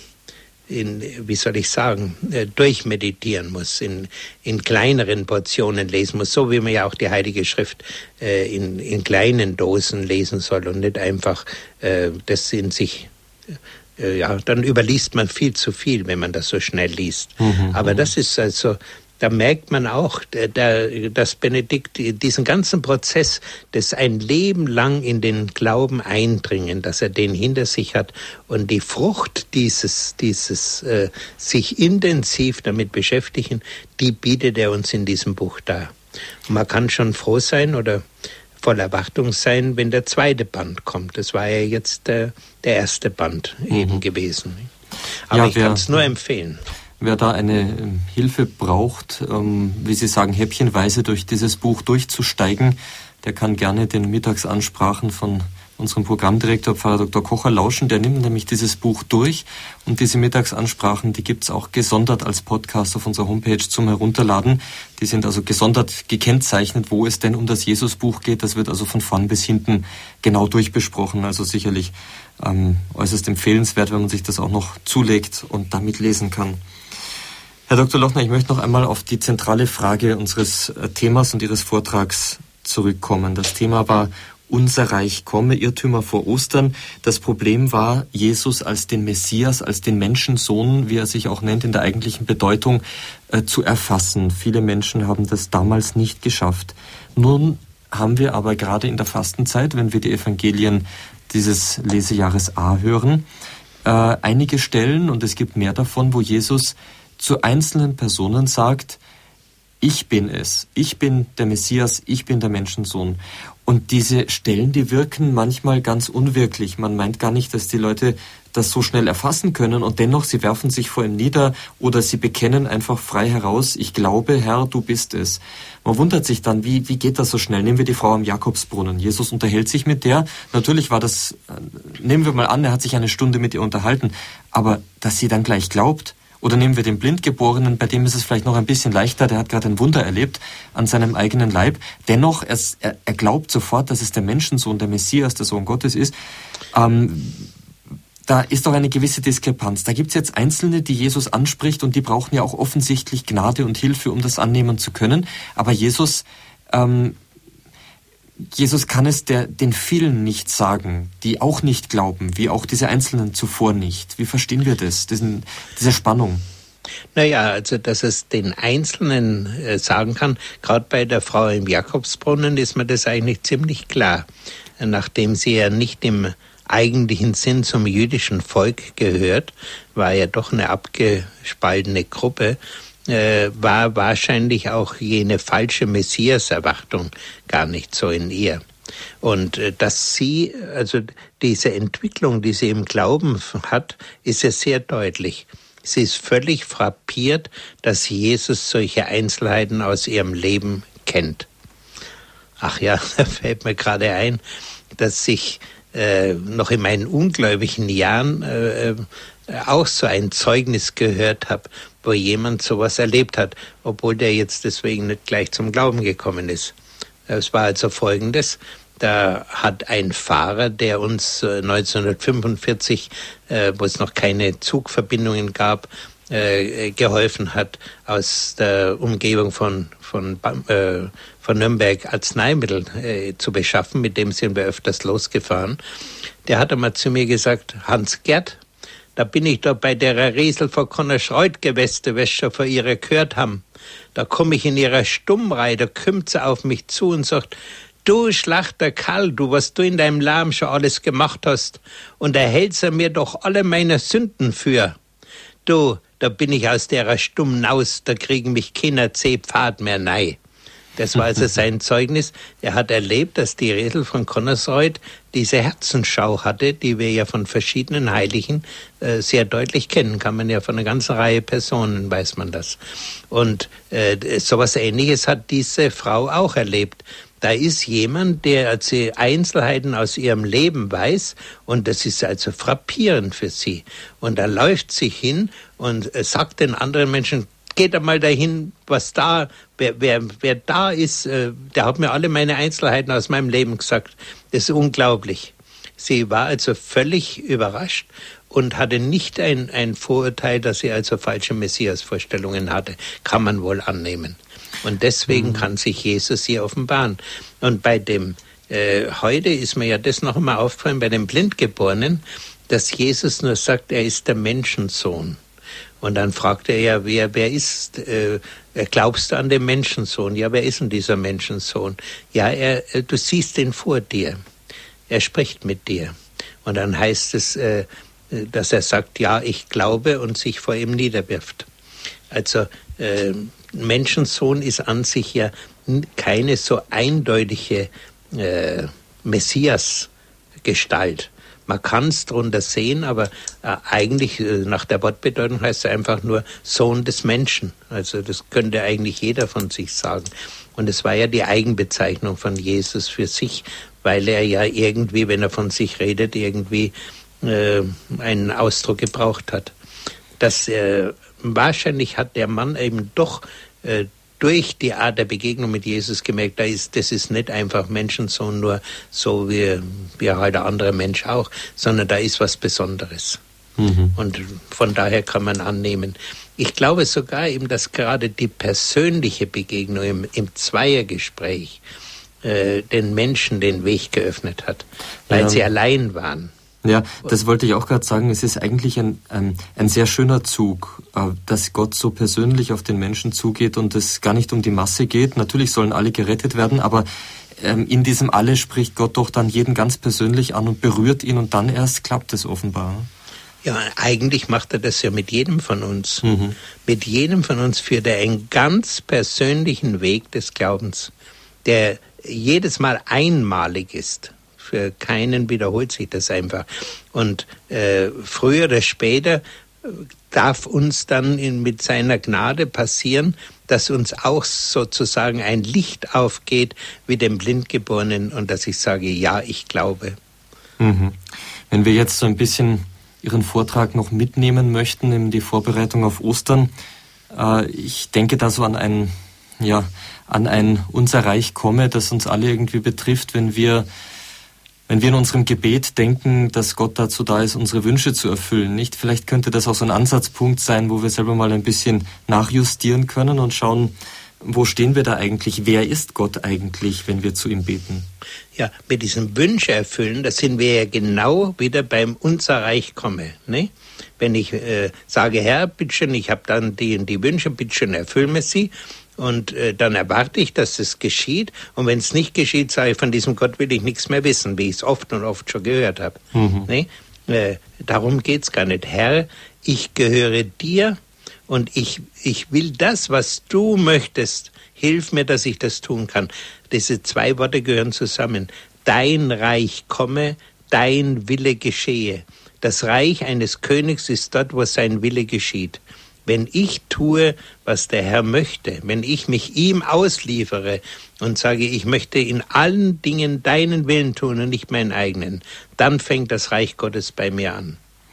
[SPEAKER 2] in, wie soll ich sagen, äh, durchmeditieren muss, in, in kleineren Portionen lesen muss, so wie man ja auch die Heilige Schrift äh, in, in kleinen Dosen lesen soll und nicht einfach äh, das in sich, äh, ja, dann überliest man viel zu viel, wenn man das so schnell liest. Mhm, Aber das ist also, da merkt man auch, der, dass Benedikt diesen ganzen Prozess des ein Leben lang in den Glauben eindringen, dass er den hinter sich hat und die Frucht dieses, dieses äh, sich intensiv damit beschäftigen, die bietet er uns in diesem Buch dar. Und man kann schon froh sein oder voller Erwartung sein, wenn der zweite Band kommt. Das war ja jetzt der, der erste Band mhm. eben gewesen. Aber ja, ich kann es nur empfehlen.
[SPEAKER 1] Wer da eine ähm, Hilfe braucht, ähm, wie Sie sagen, häppchenweise durch dieses Buch durchzusteigen, der kann gerne den Mittagsansprachen von unserem Programmdirektor Pfarrer Doktor Kocher lauschen. Der nimmt nämlich dieses Buch durch und diese Mittagsansprachen, die gibt's auch gesondert als Podcast auf unserer Homepage zum Herunterladen. Die sind also gesondert gekennzeichnet, wo es denn um das Jesusbuch geht. Das wird also von vorn bis hinten genau durchbesprochen. Also sicherlich ähm, äußerst empfehlenswert, wenn man sich das auch noch zulegt und damit lesen kann. Herr Doktor Lochner, ich möchte noch einmal auf die zentrale Frage unseres Themas und Ihres Vortrags zurückkommen. Das Thema war Unser Reich komme, Irrtümer vor Ostern. Das Problem war, Jesus als den Messias, als den Menschensohn, wie er sich auch nennt, in der eigentlichen Bedeutung äh, zu erfassen. Viele Menschen haben das damals nicht geschafft. Nun haben wir aber gerade in der Fastenzeit, wenn wir die Evangelien dieses Lesejahres A hören, äh, einige Stellen, und es gibt mehr davon, wo Jesus zu einzelnen Personen sagt, ich bin es, ich bin der Messias, ich bin der Menschensohn. Und diese Stellen, die wirken manchmal ganz unwirklich. Man meint gar nicht, dass die Leute das so schnell erfassen können und dennoch, sie werfen sich vor ihm nieder oder sie bekennen einfach frei heraus, ich glaube, Herr, du bist es. Man wundert sich dann, wie, wie geht das so schnell? Nehmen wir die Frau am Jakobsbrunnen. Jesus unterhält sich mit der. Natürlich war das, nehmen wir mal an, er hat sich eine Stunde mit ihr unterhalten, aber dass sie dann gleich glaubt. Oder nehmen wir den Blindgeborenen, bei dem ist es vielleicht noch ein bisschen leichter, der hat gerade ein Wunder erlebt an seinem eigenen Leib. Dennoch, er, er glaubt sofort, dass es der Menschensohn, der Messias, der Sohn Gottes ist. Ähm, da ist doch eine gewisse Diskrepanz. Da gibt es jetzt Einzelne, die Jesus anspricht und die brauchen ja auch offensichtlich Gnade und Hilfe, um das annehmen zu können. Aber Jesus... Ähm, Jesus kann es der, den vielen nicht sagen, die auch nicht glauben, wie auch diese Einzelnen zuvor nicht. Wie verstehen wir das, diesen, diese Spannung?
[SPEAKER 2] Naja, also dass es den Einzelnen äh, sagen kann, gerade bei der Frau im Jakobsbrunnen ist mir das eigentlich ziemlich klar. Nachdem sie ja nicht im eigentlichen Sinn zum jüdischen Volk gehört, war ja doch eine abgespaltene Gruppe, Äh, war wahrscheinlich auch jene falsche Messias-Erwartung gar nicht so in ihr. Und äh, dass sie, also diese Entwicklung, die sie im Glauben hat, ist ja sehr deutlich. Sie ist völlig frappiert, dass Jesus solche Einzelheiten aus ihrem Leben kennt. Ach ja, da fällt mir gerade ein, dass ich äh, noch in meinen ungläubigen Jahren äh, auch so ein Zeugnis gehört habe, wo jemand sowas erlebt hat, obwohl der jetzt deswegen nicht gleich zum Glauben gekommen ist. Es war also Folgendes: Da hat ein Fahrer, der uns neunzehnhundertfünfundvierzig, äh, wo es noch keine Zugverbindungen gab, äh, geholfen hat, aus der Umgebung von von äh, von Nürnberg Arzneimittel äh, zu beschaffen, mit dem sind wir öfters losgefahren. Der hat einmal zu mir gesagt: Hans-Gerd, da bin ich doch bei der Riesel von Connerschreuth gewesen, was schon von ihrer gehört haben. Da komme ich in ihrer Stummrei, da kommt sie auf mich zu und sagt: Du Schlachter Karl, du, was du in deinem Leben schon alles gemacht hast, und erhältst er mir doch alle meine Sünden für. Du, da bin ich aus der Stumm naus, da kriegen mich keiner Zeh-Pfad mehr nei. Das war also sein Zeugnis. Er hat erlebt, dass die Riesel von Connerschreuth diese Herzensschau hatte, die wir ja von verschiedenen Heiligen äh, sehr deutlich kennen. Kann man ja von einer ganzen Reihe Personen, weiß man das. Und äh, sowas Ähnliches hat diese Frau auch erlebt. Da ist jemand, der also Einzelheiten aus ihrem Leben weiß, und das ist also frappierend für sie. Und da läuft sie hin und äh, sagt den anderen Menschen: Geht einmal dahin, was da, wer, wer, wer da ist, äh, der hat mir alle meine Einzelheiten aus meinem Leben gesagt. Das ist unglaublich. Sie war also völlig überrascht und hatte nicht ein, ein Vorurteil, dass sie also falsche Messias-Vorstellungen hatte. Kann man wohl annehmen. Und deswegen mhm. kann sich Jesus hier offenbaren. Und bei dem, äh, heute ist mir ja das noch einmal aufgefallen, bei dem Blindgeborenen, dass Jesus nur sagt, er ist der Menschensohn. Und dann fragt er ja, wer, wer ist, äh, glaubst du an den Menschensohn? Ja, wer ist denn dieser Menschensohn? Ja, er, du siehst ihn vor dir. Er spricht mit dir. Und dann heißt es, äh, dass er sagt, ja, ich glaube, und sich vor ihm niederwirft. Also, äh, Menschensohn ist an sich ja keine so eindeutige äh, Messias-Gestalt. Man kann es drunter sehen, aber äh, eigentlich äh, nach der Wortbedeutung heißt es einfach nur Sohn des Menschen. Also das könnte eigentlich jeder von sich sagen. Und es war ja die Eigenbezeichnung von Jesus für sich, weil er ja irgendwie, wenn er von sich redet, irgendwie äh, einen Ausdruck gebraucht hat. Das äh, wahrscheinlich hat der Mann eben doch äh, durch die Art der Begegnung mit Jesus gemerkt, da ist, das ist nicht einfach Menschensohn, nur so wie, wie halt ein anderer Mensch auch, sondern da ist was Besonderes. Mhm. Und von daher kann man annehmen. Ich glaube sogar eben, dass gerade die persönliche Begegnung im, im Zweiergespräch äh, den Menschen den Weg geöffnet hat, weil ja. sie allein waren.
[SPEAKER 1] Ja, das wollte ich auch gerade sagen. Es ist eigentlich ein, ein, ein sehr schöner Zug, dass Gott so persönlich auf den Menschen zugeht und es gar nicht um die Masse geht. Natürlich sollen alle gerettet werden, aber in diesem Alle spricht Gott doch dann jeden ganz persönlich an und berührt ihn, und dann erst klappt es offenbar.
[SPEAKER 2] Ja, eigentlich macht er das ja mit jedem von uns. Mhm. Mit jedem von uns führt er einen ganz persönlichen Weg des Glaubens. der jedes Mal einmalig ist. Für keinen wiederholt sich das einfach. Und äh, früher oder später darf uns dann in, mit seiner Gnade passieren, dass uns auch sozusagen ein Licht aufgeht wie dem Blindgeborenen und dass ich sage, ja, ich glaube.
[SPEAKER 1] Mhm. Wenn wir jetzt so ein bisschen Ihren Vortrag noch mitnehmen möchten in die Vorbereitung auf Ostern, äh, ich denke da so an ein, ja, an ein Unser Reich komme, das uns alle irgendwie betrifft, wenn wir Wenn wir in unserem Gebet denken, dass Gott dazu da ist, unsere Wünsche zu erfüllen, nicht? Vielleicht könnte das auch so ein Ansatzpunkt sein, wo wir selber mal ein bisschen nachjustieren können und schauen, wo stehen wir da eigentlich? Wer ist Gott eigentlich, wenn wir zu ihm beten?
[SPEAKER 2] Ja, mit diesem Wünsche erfüllen, da sind wir ja genau wieder beim Unser Reich komme, ne? Wenn ich äh, sage, Herr, bitteschön, ich habe dann die und die Wünsche, bitteschön, erfüll mir sie. Und äh, dann erwarte ich, dass es geschieht. Und wenn es nicht geschieht, sage ich, von diesem Gott will ich nichts mehr wissen, wie ich es oft und oft schon gehört habe. Mhm. Nee? Äh, darum geht es gar nicht. Herr, ich gehöre dir und ich, ich will das, was du möchtest. Hilf mir, dass ich das tun kann. Diese zwei Worte gehören zusammen. Dein Reich komme, dein Wille geschehe. Das Reich eines Königs ist dort, wo sein Wille geschieht. Wenn ich tue, was der Herr möchte, wenn ich mich ihm ausliefere und sage, ich möchte in allen Dingen deinen Willen tun und nicht meinen eigenen, dann fängt das Reich Gottes bei mir an.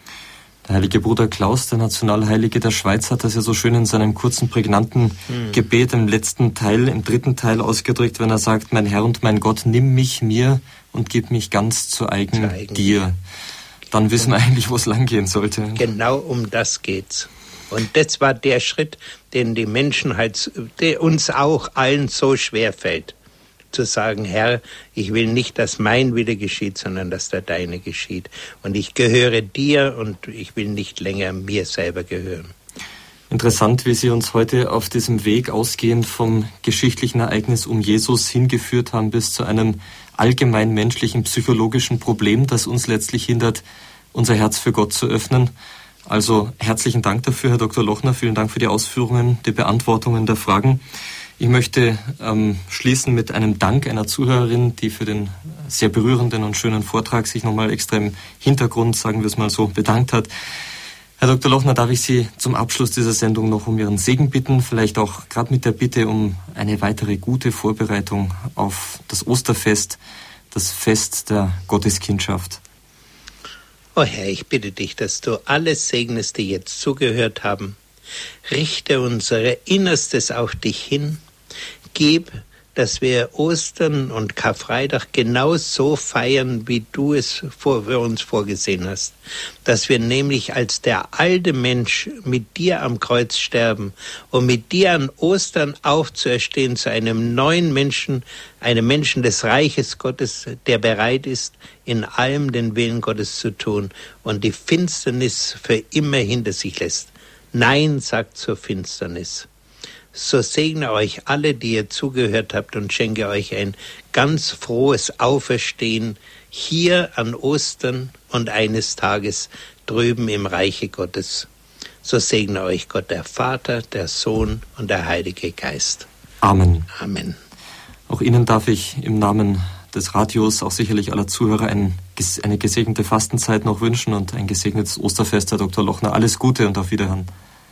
[SPEAKER 1] Der heilige Bruder Klaus, der Nationalheilige der Schweiz, hat das ja so schön in seinem kurzen, prägnanten hm. Gebet im letzten Teil, im dritten Teil ausgedrückt, wenn er sagt, mein Herr und mein Gott, nimm mich mir und gib mich ganz zu eigen, zu eigen. dir. Dann wissen wir eigentlich, wo es lang gehen sollte.
[SPEAKER 2] Genau um das geht's. Und das war der Schritt, den die Menschen halt, der uns auch allen so schwer fällt. Zu sagen, Herr, ich will nicht, dass mein Wille geschieht, sondern dass der deine geschieht. Und ich gehöre dir und ich will nicht länger mir selber gehören.
[SPEAKER 1] Interessant, wie Sie uns heute auf diesem Weg ausgehend vom geschichtlichen Ereignis um Jesus hingeführt haben bis zu einem allgemein menschlichen psychologischen Problem, das uns letztlich hindert, unser Herz für Gott zu öffnen. Also herzlichen Dank dafür, Herr Doktor Lochner. Vielen Dank für die Ausführungen, die Beantwortungen der Fragen. Ich möchte ähm, schließen mit einem Dank einer Zuhörerin, die für den sehr berührenden und schönen Vortrag sich nochmal extra im Hintergrund, sagen wir es mal so, bedankt hat. Herr Doktor Lochner, darf ich Sie zum Abschluss dieser Sendung noch um Ihren Segen bitten, vielleicht auch gerade mit der Bitte um eine weitere gute Vorbereitung auf das Osterfest, das Fest der Gotteskindschaft.
[SPEAKER 2] O Herr, ich bitte dich, dass du alle segnest, die jetzt zugehört haben. Richte unser Innerstes auf dich hin. Gib, dass wir Ostern und Karfreitag genau so feiern, wie du es vor, für uns vorgesehen hast. Dass wir nämlich als der alte Mensch mit dir am Kreuz sterben und mit dir an Ostern aufzuerstehen zu einem neuen Menschen, einem Menschen des Reiches Gottes, der bereit ist, in allem den Willen Gottes zu tun und die Finsternis für immer hinter sich lässt. Nein sagt zur Finsternis. So segne euch alle, die ihr zugehört habt und schenke euch ein ganz frohes Auferstehen hier an Ostern und eines Tages drüben im Reiche Gottes. So segne euch Gott, der Vater, der Sohn und der Heilige Geist.
[SPEAKER 1] Amen.
[SPEAKER 2] Amen.
[SPEAKER 1] Auch Ihnen darf ich im Namen des Radios, auch sicherlich aller Zuhörer, ein, eine gesegnete Fastenzeit noch wünschen und ein gesegnetes Osterfest, Herr Doktor Lochner. Alles Gute und auf Wiederhören.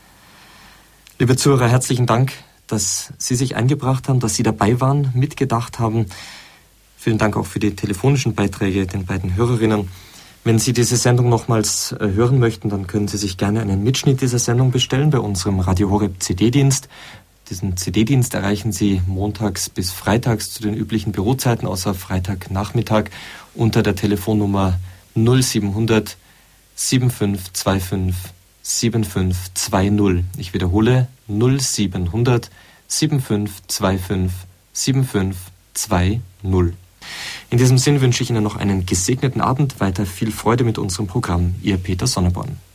[SPEAKER 1] Liebe Zuhörer, herzlichen Dank, dass Sie sich eingebracht haben, dass Sie dabei waren, mitgedacht haben. Vielen Dank auch für die telefonischen Beiträge den beiden Hörerinnen. Wenn Sie diese Sendung nochmals hören möchten, dann können Sie sich gerne einen Mitschnitt dieser Sendung bestellen bei unserem Radio Horeb C D-Dienst. Diesen C D-Dienst erreichen Sie montags bis freitags zu den üblichen Bürozeiten, außer Freitagnachmittag, unter der Telefonnummer null siebenhundert siebenundfünfzig fünfundzwanzig siebenzig zwei null. Ich wiederhole null siebenhundert siebenundfünfzig fünfundzwanzig siebenzig zwei null. In diesem Sinn wünsche ich Ihnen noch einen gesegneten Abend, weiter viel Freude mit unserem Programm. Ihr Peter Sonneborn.